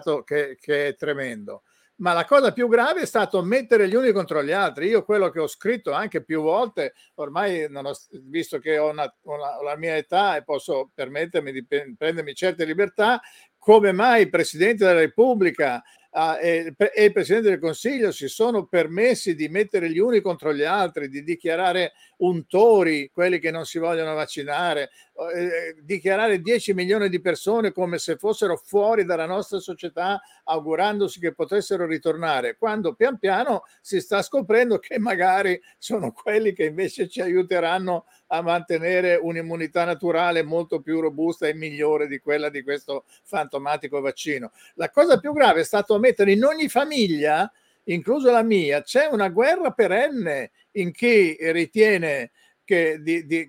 Speaker 2: è tremendo. Ma la cosa più grave è stato mettere gli uni contro gli altri. Io quello che ho scritto anche più volte, ormai visto che ho la mia età e posso permettermi di prendermi certe libertà, come mai il Presidente della Repubblica e il Presidente del Consiglio si sono permessi di mettere gli uni contro gli altri, di dichiarare untori quelli che non si vogliono vaccinare, dichiarare 10 milioni di persone come se fossero fuori dalla nostra società, augurandosi che potessero ritornare, quando pian piano si sta scoprendo che magari sono quelli che invece ci aiuteranno a mantenere un'immunità naturale molto più robusta e migliore di quella di questo fantomatico vaccino. La cosa più grave è stato mettere in ogni famiglia, incluso la mia, c'è una guerra perenne in chi ritiene che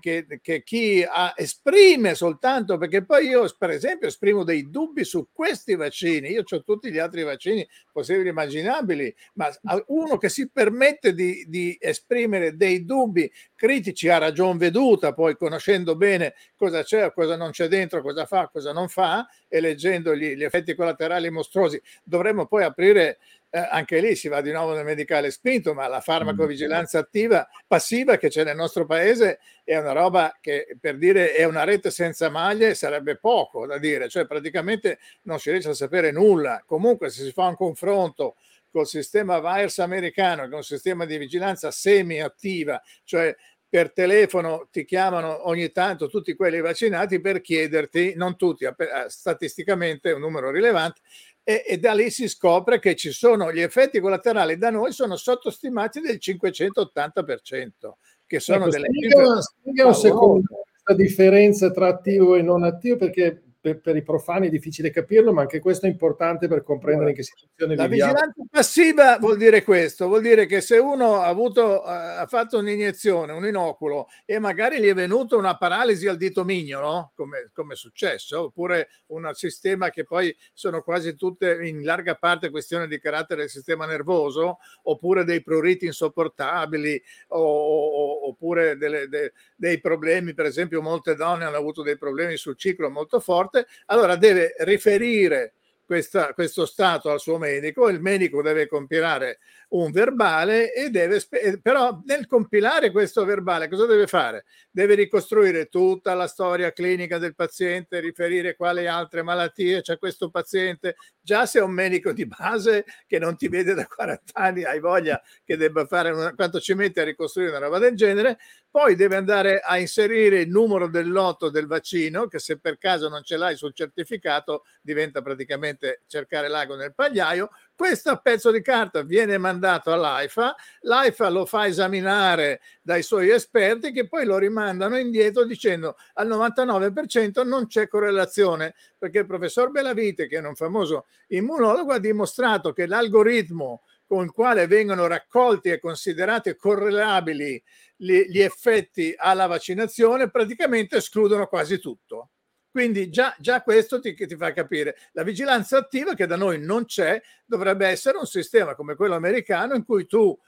Speaker 2: chi esprime soltanto, perché poi io per esempio esprimo dei dubbi su questi vaccini, io ho tutti gli altri vaccini possibili e immaginabili, ma uno che si permette di esprimere dei dubbi critici a ragion veduta, poi conoscendo bene cosa c'è o cosa non c'è dentro, cosa fa, cosa non fa, e leggendo gli effetti collaterali mostruosi, dovremmo poi aprire anche lì si va di nuovo nel medicale spinto, ma la farmacovigilanza attiva, passiva che c'è nel nostro paese è una roba che, per dire, è una rete senza maglie, sarebbe poco da dire, cioè praticamente non si riesce a sapere nulla. Comunque se si fa un confronto col sistema VAERS americano, che è un sistema di vigilanza semi-attiva, cioè per telefono ti chiamano ogni tanto tutti quelli vaccinati per chiederti, non tutti, statisticamente un numero rilevante, e da lì si scopre che ci sono gli effetti collaterali da noi sono sottostimati del 580%, che sono
Speaker 1: ecco,
Speaker 2: delle
Speaker 1: spiega un secondo questa differenza tra attivo e non attivo, perché per i profani è difficile capirlo, ma anche questo è importante per comprendere in che situazione
Speaker 2: la
Speaker 1: viviamo.
Speaker 2: vigilanza passiva vuol dire questo, vuol dire che se uno ha fatto un'iniezione, un inoculo e magari gli è venuta una paralisi al dito mignolo, come è successo, oppure un sistema che poi sono quasi tutte in larga parte questioni di carattere del sistema nervoso, oppure dei pruriti insopportabili, oppure dei problemi, per esempio molte donne hanno avuto dei problemi sul ciclo molto forte, allora deve riferire questo stato al suo medico, il medico deve compilare un verbale e però nel compilare questo verbale cosa deve fare? Deve ricostruire tutta la storia clinica del paziente, riferire quali altre malattie c'è questo paziente. Già se è un medico di base che non ti vede da 40 anni, hai voglia che debba fare quanto ci mette a ricostruire una roba del genere. Poi deve andare a inserire il numero del lotto del vaccino, che se per caso non ce l'hai sul certificato diventa praticamente semplicemente cercare l'ago nel pagliaio. Questo pezzo di carta viene mandato all'AIFA, l'AIFA lo fa esaminare dai suoi esperti che poi lo rimandano indietro dicendo al 99% non c'è correlazione, perché il professor Bellavite, che è un famoso immunologo, ha dimostrato che l'algoritmo con il quale vengono raccolti e considerati correlabili gli effetti alla vaccinazione praticamente escludono quasi tutto. Quindi già questo ti fa capire. La vigilanza attiva, che da noi non c'è, dovrebbe essere un sistema come quello americano in cui tu,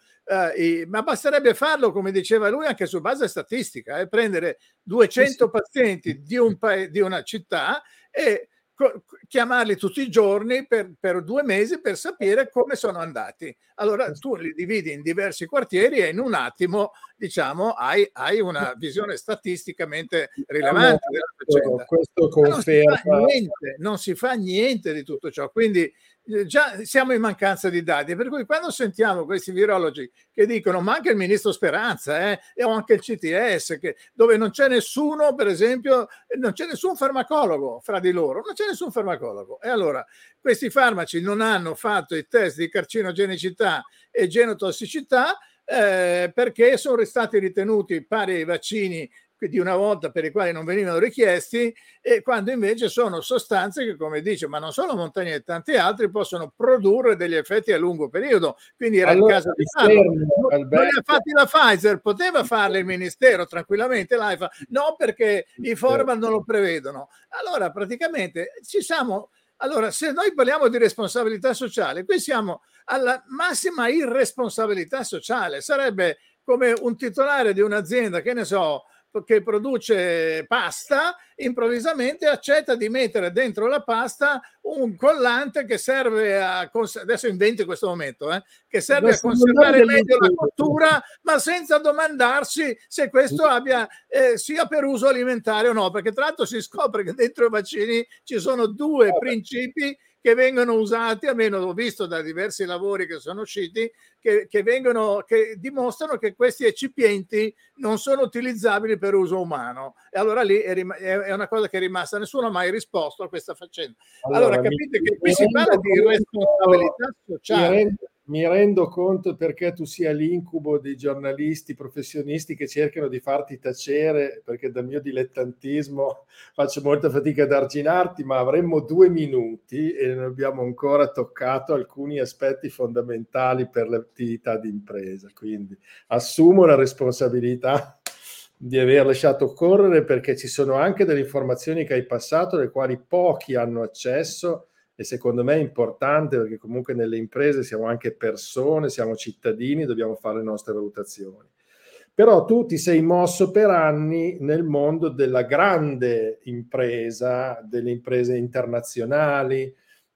Speaker 2: ma basterebbe farlo, come diceva lui, anche su base statistica, prendere 200 pazienti di una città e chiamarli tutti i giorni per 2 mesi per sapere come sono andati. Allora tu li dividi in diversi quartieri e in un attimo, diciamo, hai una visione statisticamente rilevante della faccenda.
Speaker 1: Questo conferma.
Speaker 2: Non si fa niente di tutto ciò, quindi già siamo in mancanza di dati, per cui quando sentiamo questi virologi che dicono, ma anche il ministro Speranza e anche il CTS, dove non c'è nessuno, per esempio, non c'è nessun farmacologo fra di loro, non c'è nessun farmacologo, e allora questi farmaci non hanno fatto i test di carcinogenicità e genotossicità perché sono stati ritenuti pari ai vaccini di una volta per i quali non venivano richiesti, e quando invece sono sostanze che, come dice, ma non solo Montagnier e tanti altri, possono produrre degli effetti a lungo periodo, quindi era il caso di farlo. Non li ha fatti la Pfizer, poteva farli il ministero tranquillamente, l'AIFA no, perché i format non lo prevedono. Allora praticamente allora, se noi parliamo di responsabilità sociale, qui siamo alla massima irresponsabilità sociale. Sarebbe come un titolare di un'azienda, che ne so, che produce pasta, improvvisamente accetta di mettere dentro la pasta un collante che serve adesso invento in questo momento, che serve a conservare meglio la cottura, ma senza domandarsi se questo sia per uso alimentare o no, perché tra l'altro si scopre che dentro i vaccini ci sono 2 principi che vengono usati, almeno l'ho visto da diversi lavori che sono usciti, che dimostrano che questi eccipienti non sono utilizzabili per uso umano. E allora lì è una cosa che è rimasta, nessuno ha mai risposto a questa faccenda. Allora capite che qui si parla di responsabilità sociale.
Speaker 1: Mi rendo conto perché tu sia l'incubo dei giornalisti professionisti che cercano di farti tacere, perché dal mio dilettantismo faccio molta fatica ad arginarti, ma avremmo 2 minuti e non abbiamo ancora toccato alcuni aspetti fondamentali per l'attività di impresa. Quindi assumo la responsabilità di aver lasciato correre, perché ci sono anche delle informazioni che hai passato, alle quali pochi hanno accesso. E secondo me è importante, perché comunque nelle imprese siamo anche persone, siamo cittadini, dobbiamo fare le nostre valutazioni. Però tu ti sei mosso per anni nel mondo della grande impresa, delle imprese internazionali.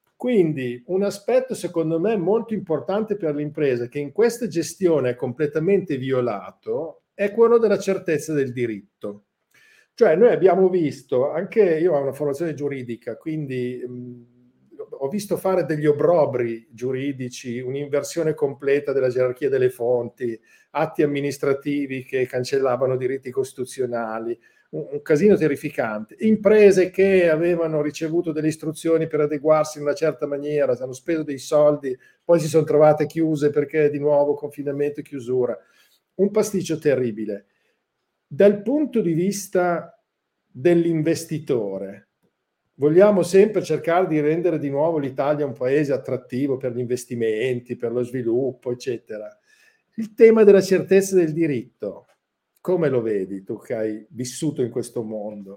Speaker 1: Quindi un aspetto secondo me molto importante per l'impresa, che in questa gestione è completamente violato, è quello della certezza del diritto. Cioè noi abbiamo visto, anche io ho una formazione giuridica, quindi ho visto fare degli obbrobri giuridici, un'inversione completa della gerarchia delle fonti, atti amministrativi che cancellavano diritti costituzionali, un casino terrificante. Imprese che avevano ricevuto delle istruzioni per adeguarsi in una certa maniera, hanno speso dei soldi, poi si sono trovate chiuse perché di nuovo confinamento e chiusura. Un pasticcio terribile. Dal punto di vista dell'investitore, vogliamo sempre cercare di rendere di nuovo l'Italia un paese attrattivo per gli investimenti, per lo sviluppo, eccetera. Il tema della certezza del diritto, come lo vedi tu che hai vissuto in questo mondo?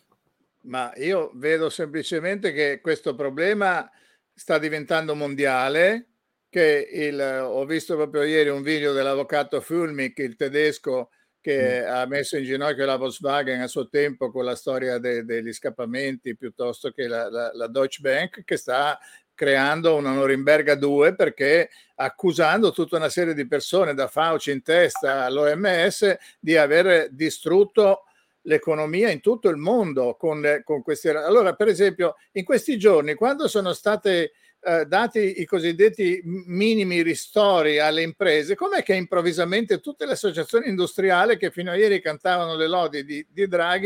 Speaker 2: Ma io vedo semplicemente che questo problema sta diventando mondiale, che ho visto proprio ieri un video dell'avvocato Fulmich, il tedesco, che ha messo in ginocchio la Volkswagen a suo tempo con la storia degli scappamenti, piuttosto che la Deutsche Bank, che sta creando una Norimberga 2 perché accusando tutta una serie di persone, da Fauci in testa all'OMS, di aver distrutto l'economia in tutto il mondo con questi. Allora, per esempio, in questi giorni, quando sono state dati i cosiddetti minimi ristori alle imprese, com'è che improvvisamente tutte le associazioni industriali che fino a ieri cantavano le lodi di Draghi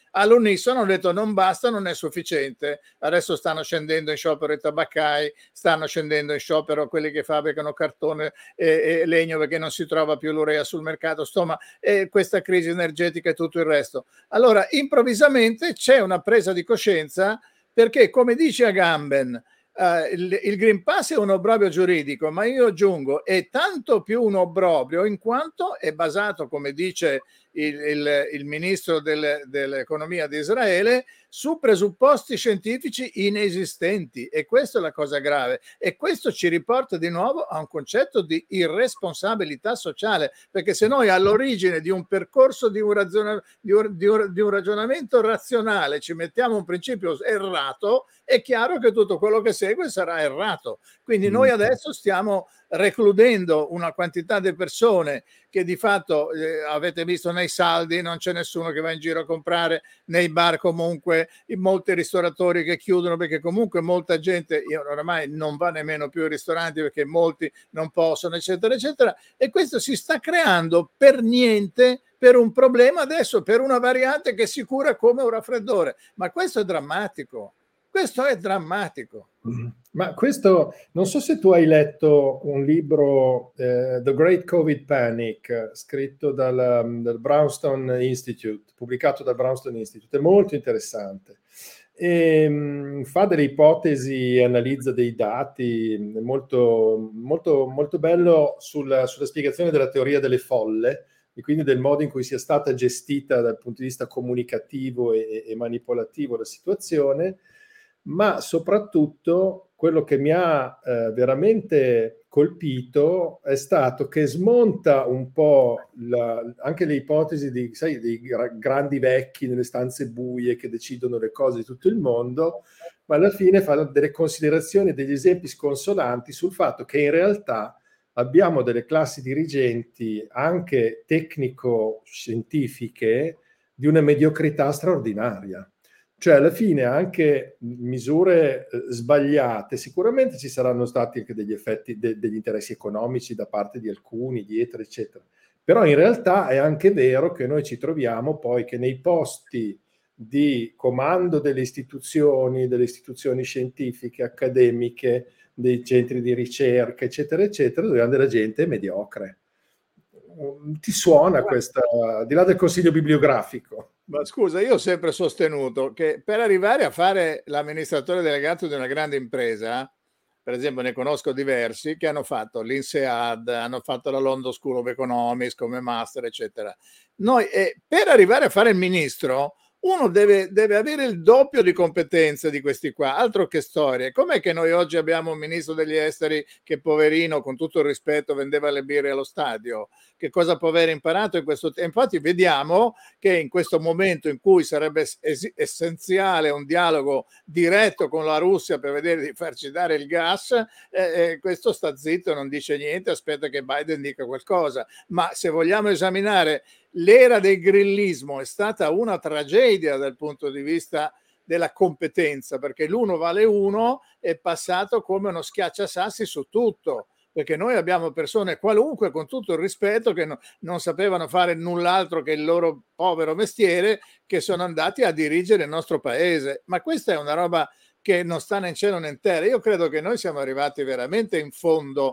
Speaker 2: all'unisono hanno detto non basta, non è sufficiente. Adesso stanno scendendo in sciopero i tabaccai, stanno scendendo in sciopero quelli che fabbricano cartone e legno perché non si trova più l'urea sul mercato, insomma, questa crisi energetica e tutto il resto. Allora, improvvisamente c'è una presa di coscienza perché, come dice Agamben, il Green Pass è un obbrobrio giuridico, ma io aggiungo è tanto più un obbrobrio in quanto è basato, come dice il ministro dell'economia di Israele, su presupposti scientifici inesistenti, e questa è la cosa grave, e questo ci riporta di nuovo a un concetto di irresponsabilità sociale, perché se noi all'origine di un percorso di un ragionamento razionale ci mettiamo un principio errato, è chiaro che tutto quello che segue sarà errato. Quindi noi adesso stiamo recludendo una quantità di persone che di fatto avete visto nei saldi, non c'è nessuno che va in giro a comprare, nei bar comunque, in molti ristoratori che chiudono perché comunque molta gente oramai non va nemmeno più ai ristoranti perché molti non possono, eccetera eccetera, e questo si sta creando per niente, per un problema adesso, per una variante che si cura come un raffreddore, ma questo è drammatico. Questo è drammatico.
Speaker 1: Ma questo, non so se tu hai letto un libro, The Great Covid Panic, scritto dal Brownstone Institute, pubblicato dal Brownstone Institute, è molto interessante. Fa delle ipotesi, analizza dei dati, molto, molto, molto bello sulla spiegazione della teoria delle folle, e quindi del modo in cui sia stata gestita dal punto di vista comunicativo e manipolativo la situazione. Ma soprattutto quello che mi ha veramente colpito è stato che smonta un po' anche le ipotesi dei grandi vecchi nelle stanze buie che decidono le cose di tutto il mondo, ma alla fine fa delle considerazioni, degli esempi sconsolanti sul fatto che in realtà abbiamo delle classi dirigenti anche tecnico-scientifiche di una mediocrità straordinaria. Cioè, alla fine anche misure sbagliate, sicuramente ci saranno stati anche degli effetti, degli interessi economici da parte di alcuni dietro, eccetera. Però in realtà è anche vero che noi ci troviamo poi che nei posti di comando delle istituzioni scientifiche, accademiche, dei centri di ricerca, eccetera, eccetera, dove della gente mediocre. Ti suona questa, al di là del consiglio bibliografico?
Speaker 2: Ma scusa, io ho sempre sostenuto che per arrivare a fare l'amministratore delegato di una grande impresa, per esempio ne conosco diversi che hanno fatto l'INSEAD, hanno fatto la London School of Economics come master, eccetera. Noi, per arrivare a fare il ministro, uno deve avere il doppio di competenze di questi qua, altro che storie. Com'è che noi oggi abbiamo un ministro degli esteri che, poverino, con tutto il rispetto, vendeva le birre allo stadio? Che cosa può aver imparato in questo tempo? Infatti vediamo che in questo momento in cui sarebbe essenziale un dialogo diretto con la Russia per vedere di farci dare il gas, questo sta zitto, non dice niente, aspetta che Biden dica qualcosa. Ma se vogliamo esaminare l'era del grillismo, è stata una tragedia dal punto di vista della competenza, perché l'uno vale uno è passato come uno schiacciasassi su tutto, perché noi abbiamo persone qualunque, con tutto il rispetto, che non sapevano fare null'altro che il loro povero mestiere, che sono andati a dirigere il nostro paese. Ma questa è una roba che non sta né in cielo né in terra. Io credo che noi siamo arrivati veramente in fondo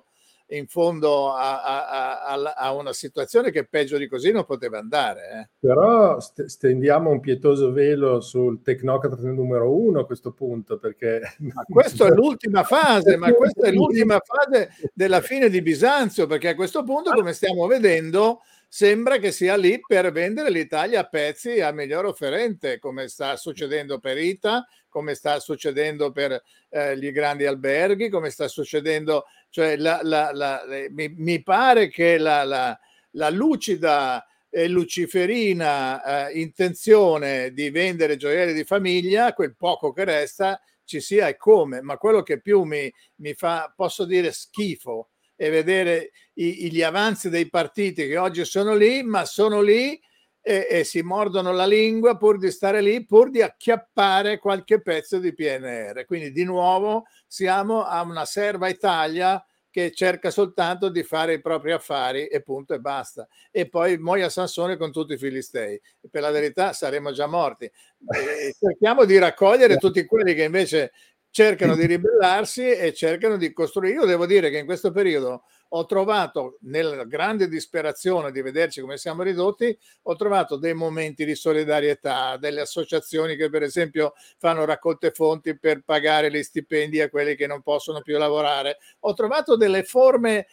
Speaker 2: a una situazione che peggio di così non poteva andare.
Speaker 1: Però stendiamo un pietoso velo sul tecnocrate numero uno a questo punto, perché...
Speaker 2: Ma questa è l'ultima fase, ma questa è l'ultima fase della fine di Bisanzio, perché a questo punto, come stiamo vedendo, sembra che sia lì per vendere l'Italia a pezzi al miglior offerente, come sta succedendo per ITA, come sta succedendo per gli grandi alberghi, come sta succedendo, cioè mi pare che la lucida e luciferina intenzione di vendere gioielli di famiglia, quel poco che resta, ci sia e come. Ma quello che più mi fa, posso dire, schifo è vedere gli avanzi dei partiti che oggi sono lì, ma sono lì e si mordono la lingua pur di stare lì, pur di acchiappare qualche pezzo di PNR. Quindi di nuovo siamo a una serva Italia che cerca soltanto di fare i propri affari e punto e basta. E poi muoia Sansone con tutti i filistei. Per la verità saremmo già morti. Cerchiamo di raccogliere tutti quelli che invece cercano di ribellarsi e cercano di costruire. Io devo dire che in questo periodo ho trovato, nella grande disperazione di vederci come siamo ridotti, ho trovato dei momenti di solidarietà, delle associazioni che per esempio fanno raccolte fonti per pagare gli stipendi a quelli che non possono più lavorare. Ho trovato delle forme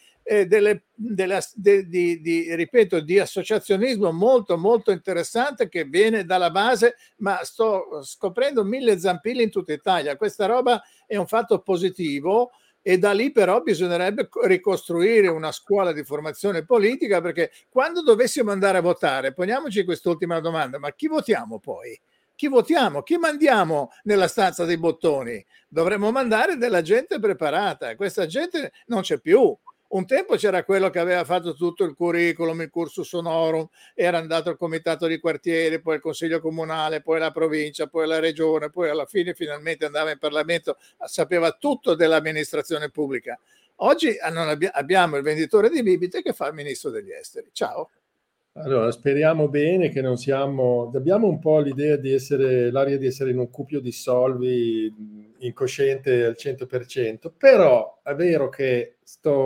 Speaker 2: ripeto, di associazionismo molto molto interessante che viene dalla base, ma sto scoprendo 1000 zampilli in tutta Italia. Questa roba è un fatto positivo e da lì però bisognerebbe ricostruire una scuola di formazione politica, perché quando dovessimo andare a votare, poniamoci quest'ultima domanda, ma chi votiamo poi? Chi votiamo? Chi mandiamo nella stanza dei bottoni? Dovremmo mandare della gente preparata. Questa gente non c'è più. Un tempo c'era quello che aveva fatto tutto il curriculum, il cursus honorum, era andato al comitato di quartiere, poi al consiglio comunale, poi alla provincia, poi alla regione, poi alla fine finalmente andava in Parlamento, sapeva tutto dell'amministrazione pubblica. Oggi abbiamo il venditore di bibite che fa il ministro degli esteri. Ciao.
Speaker 1: Allora, speriamo bene che non siamo... Abbiamo un po' l'idea di essere, l'aria di essere in un cupio di solvi incosciente al 100%, però è vero che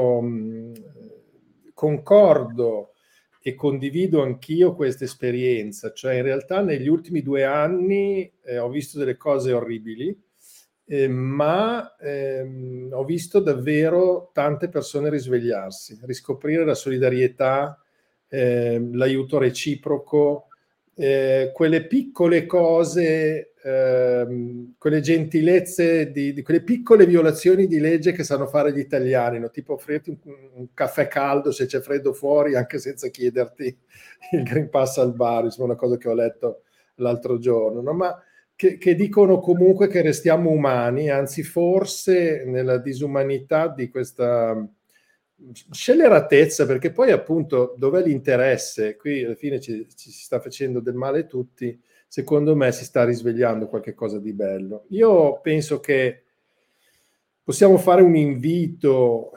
Speaker 1: concordo e condivido anch'io questa esperienza, cioè in realtà negli ultimi 2 anni ho visto delle cose orribili, ma ho visto davvero tante persone risvegliarsi, riscoprire la solidarietà, l'aiuto reciproco, quelle piccole cose, quelle gentilezze, di quelle piccole violazioni di legge che sanno fare gli italiani, no? Tipo offrirti un caffè caldo se c'è freddo fuori, anche senza chiederti il Green Pass al bar, insomma, una cosa che ho letto l'altro giorno, no? Ma che dicono comunque che restiamo umani, anzi forse nella disumanità di questa scelleratezza, perché poi appunto dov'è l'interesse? Qui alla fine ci si sta facendo del male tutti, secondo me si sta risvegliando qualche cosa di bello. Io penso che possiamo fare un invito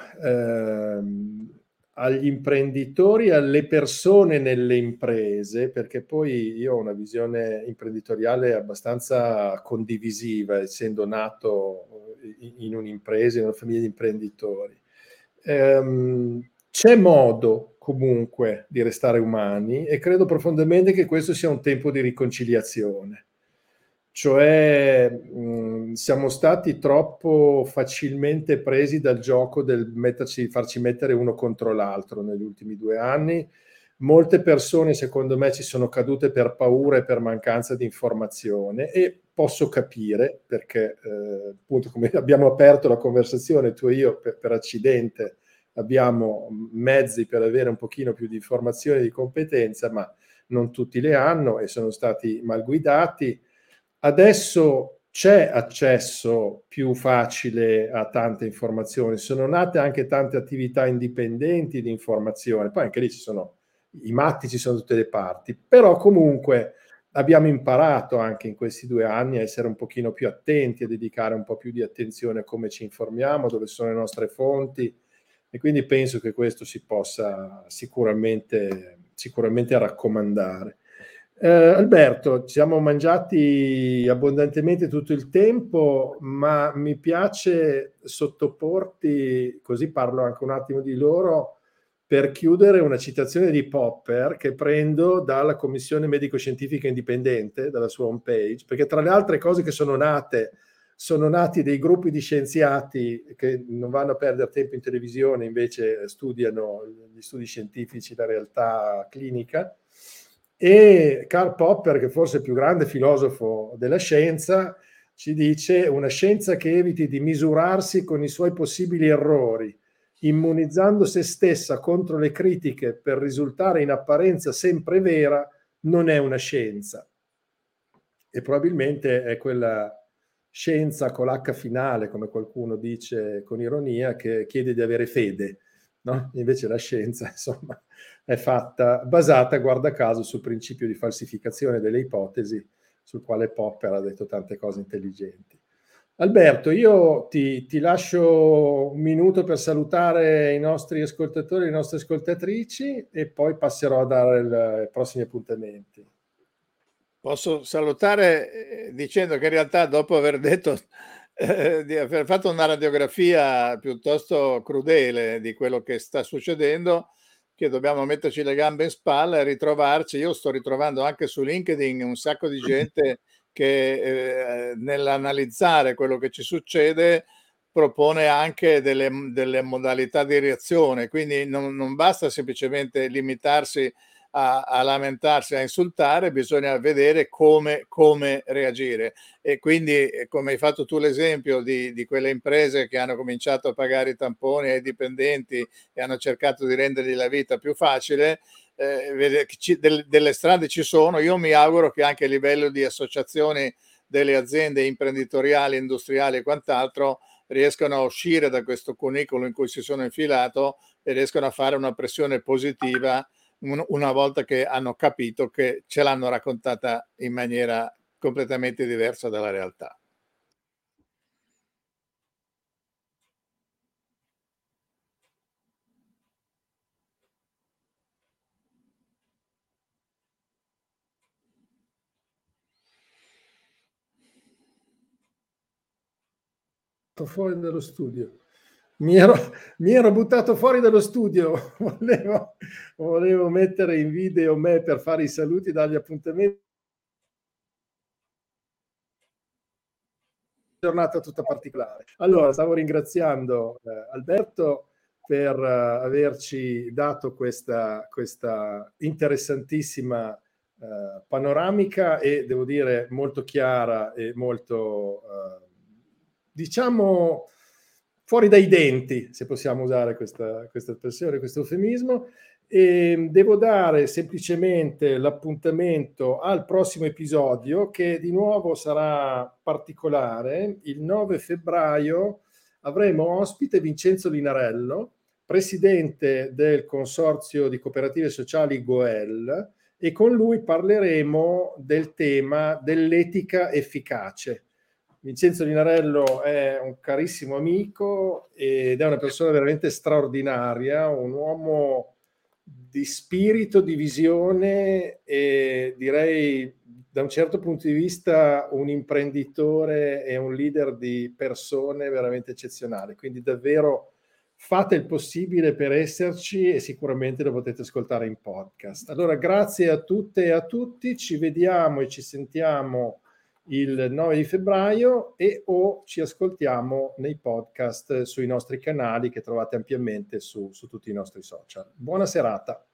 Speaker 1: agli imprenditori, alle persone nelle imprese, perché poi io ho una visione imprenditoriale abbastanza condivisiva, essendo nato in un'impresa, in una famiglia di imprenditori. C'è modo comunque di restare umani e credo profondamente che questo sia un tempo di riconciliazione. Cioè siamo stati troppo facilmente presi dal gioco del farci mettere uno contro l'altro negli ultimi 2 anni. Molte persone, secondo me, ci sono cadute per paura e per mancanza di informazione, e posso capire perché, appunto, come abbiamo aperto la conversazione tu e io per accidente, abbiamo mezzi per avere un pochino più di informazione e di competenza, ma non tutti le hanno e sono stati mal guidati. Adesso c'è accesso più facile a tante informazioni, sono nate anche tante attività indipendenti di informazione, poi anche lì ci sono i matti, ci sono da tutte le parti, però comunque abbiamo imparato anche in questi 2 anni a essere un pochino più attenti, a dedicare un po' più di attenzione a come ci informiamo, dove sono le nostre fonti, e quindi penso che questo si possa sicuramente raccomandare. Alberto, ci siamo mangiati abbondantemente tutto il tempo, ma mi piace sottoporti, così parlo anche un attimo di loro, per chiudere, una citazione di Popper che prendo dalla Commissione Medico-Scientifica Indipendente, dalla sua homepage, perché tra le altre cose che sono nati dei gruppi di scienziati che non vanno a perdere tempo in televisione, invece studiano gli studi scientifici, la realtà clinica. E Karl Popper, che forse è il più grande filosofo della scienza, ci dice: una scienza che eviti di misurarsi con i suoi possibili errori, immunizzando se stessa contro le critiche per risultare in apparenza sempre vera, non è una scienza. E probabilmente è quella scienza con l'H finale, come qualcuno dice con ironia, che chiede di avere fede, no? Invece la scienza, insomma, è basata, guarda caso, sul principio di falsificazione delle ipotesi, sul quale Popper ha detto tante cose intelligenti. Alberto, io ti lascio un minuto per salutare i nostri ascoltatori e le nostre ascoltatrici e poi passerò a dare i prossimi appuntamenti.
Speaker 2: Posso salutare dicendo che in realtà dopo aver detto di aver fatto una radiografia piuttosto crudele di quello che sta succedendo, che dobbiamo metterci le gambe in spalla e ritrovarci. Io sto ritrovando anche su LinkedIn un sacco di gente che nell'analizzare quello che ci succede propone anche delle modalità di reazione, quindi non basta semplicemente limitarsi a lamentarsi, a insultare, bisogna vedere come reagire. E quindi, come hai fatto tu l'esempio di quelle imprese che hanno cominciato a pagare i tamponi ai dipendenti e hanno cercato di rendergli la vita più facile, delle strade ci sono. Io mi auguro che anche a livello di associazioni delle aziende imprenditoriali, industriali e quant'altro riescano a uscire da questo cunicolo in cui si sono infilato e riescano a fare una pressione positiva una volta che hanno capito che ce l'hanno raccontata in maniera completamente diversa dalla realtà.
Speaker 1: Fuori dallo studio. Mi ero buttato fuori dallo studio, volevo mettere in video me per fare i saluti e dargli appuntamenti. Giornata tutta particolare. Allora, stavo ringraziando Alberto per averci dato questa interessantissima panoramica e devo dire molto chiara e molto diciamo fuori dai denti, se possiamo usare questa espressione, questo eufemismo. E devo dare semplicemente l'appuntamento al prossimo episodio, che di nuovo sarà particolare. Il 9 febbraio avremo ospite Vincenzo Linarello, presidente del Consorzio di Cooperative Sociali Goel, e con lui parleremo del tema dell'etica efficace. Vincenzo Linarello è un carissimo amico ed è una persona veramente straordinaria, un uomo di spirito, di visione e direi da un certo punto di vista un imprenditore e un leader di persone veramente eccezionali. Quindi davvero fate il possibile per esserci e sicuramente lo potete ascoltare in podcast. Allora grazie a tutte e a tutti, ci vediamo e ci sentiamo il 9 di febbraio o ci ascoltiamo nei podcast sui nostri canali che trovate ampiamente su tutti i nostri social. Buona serata.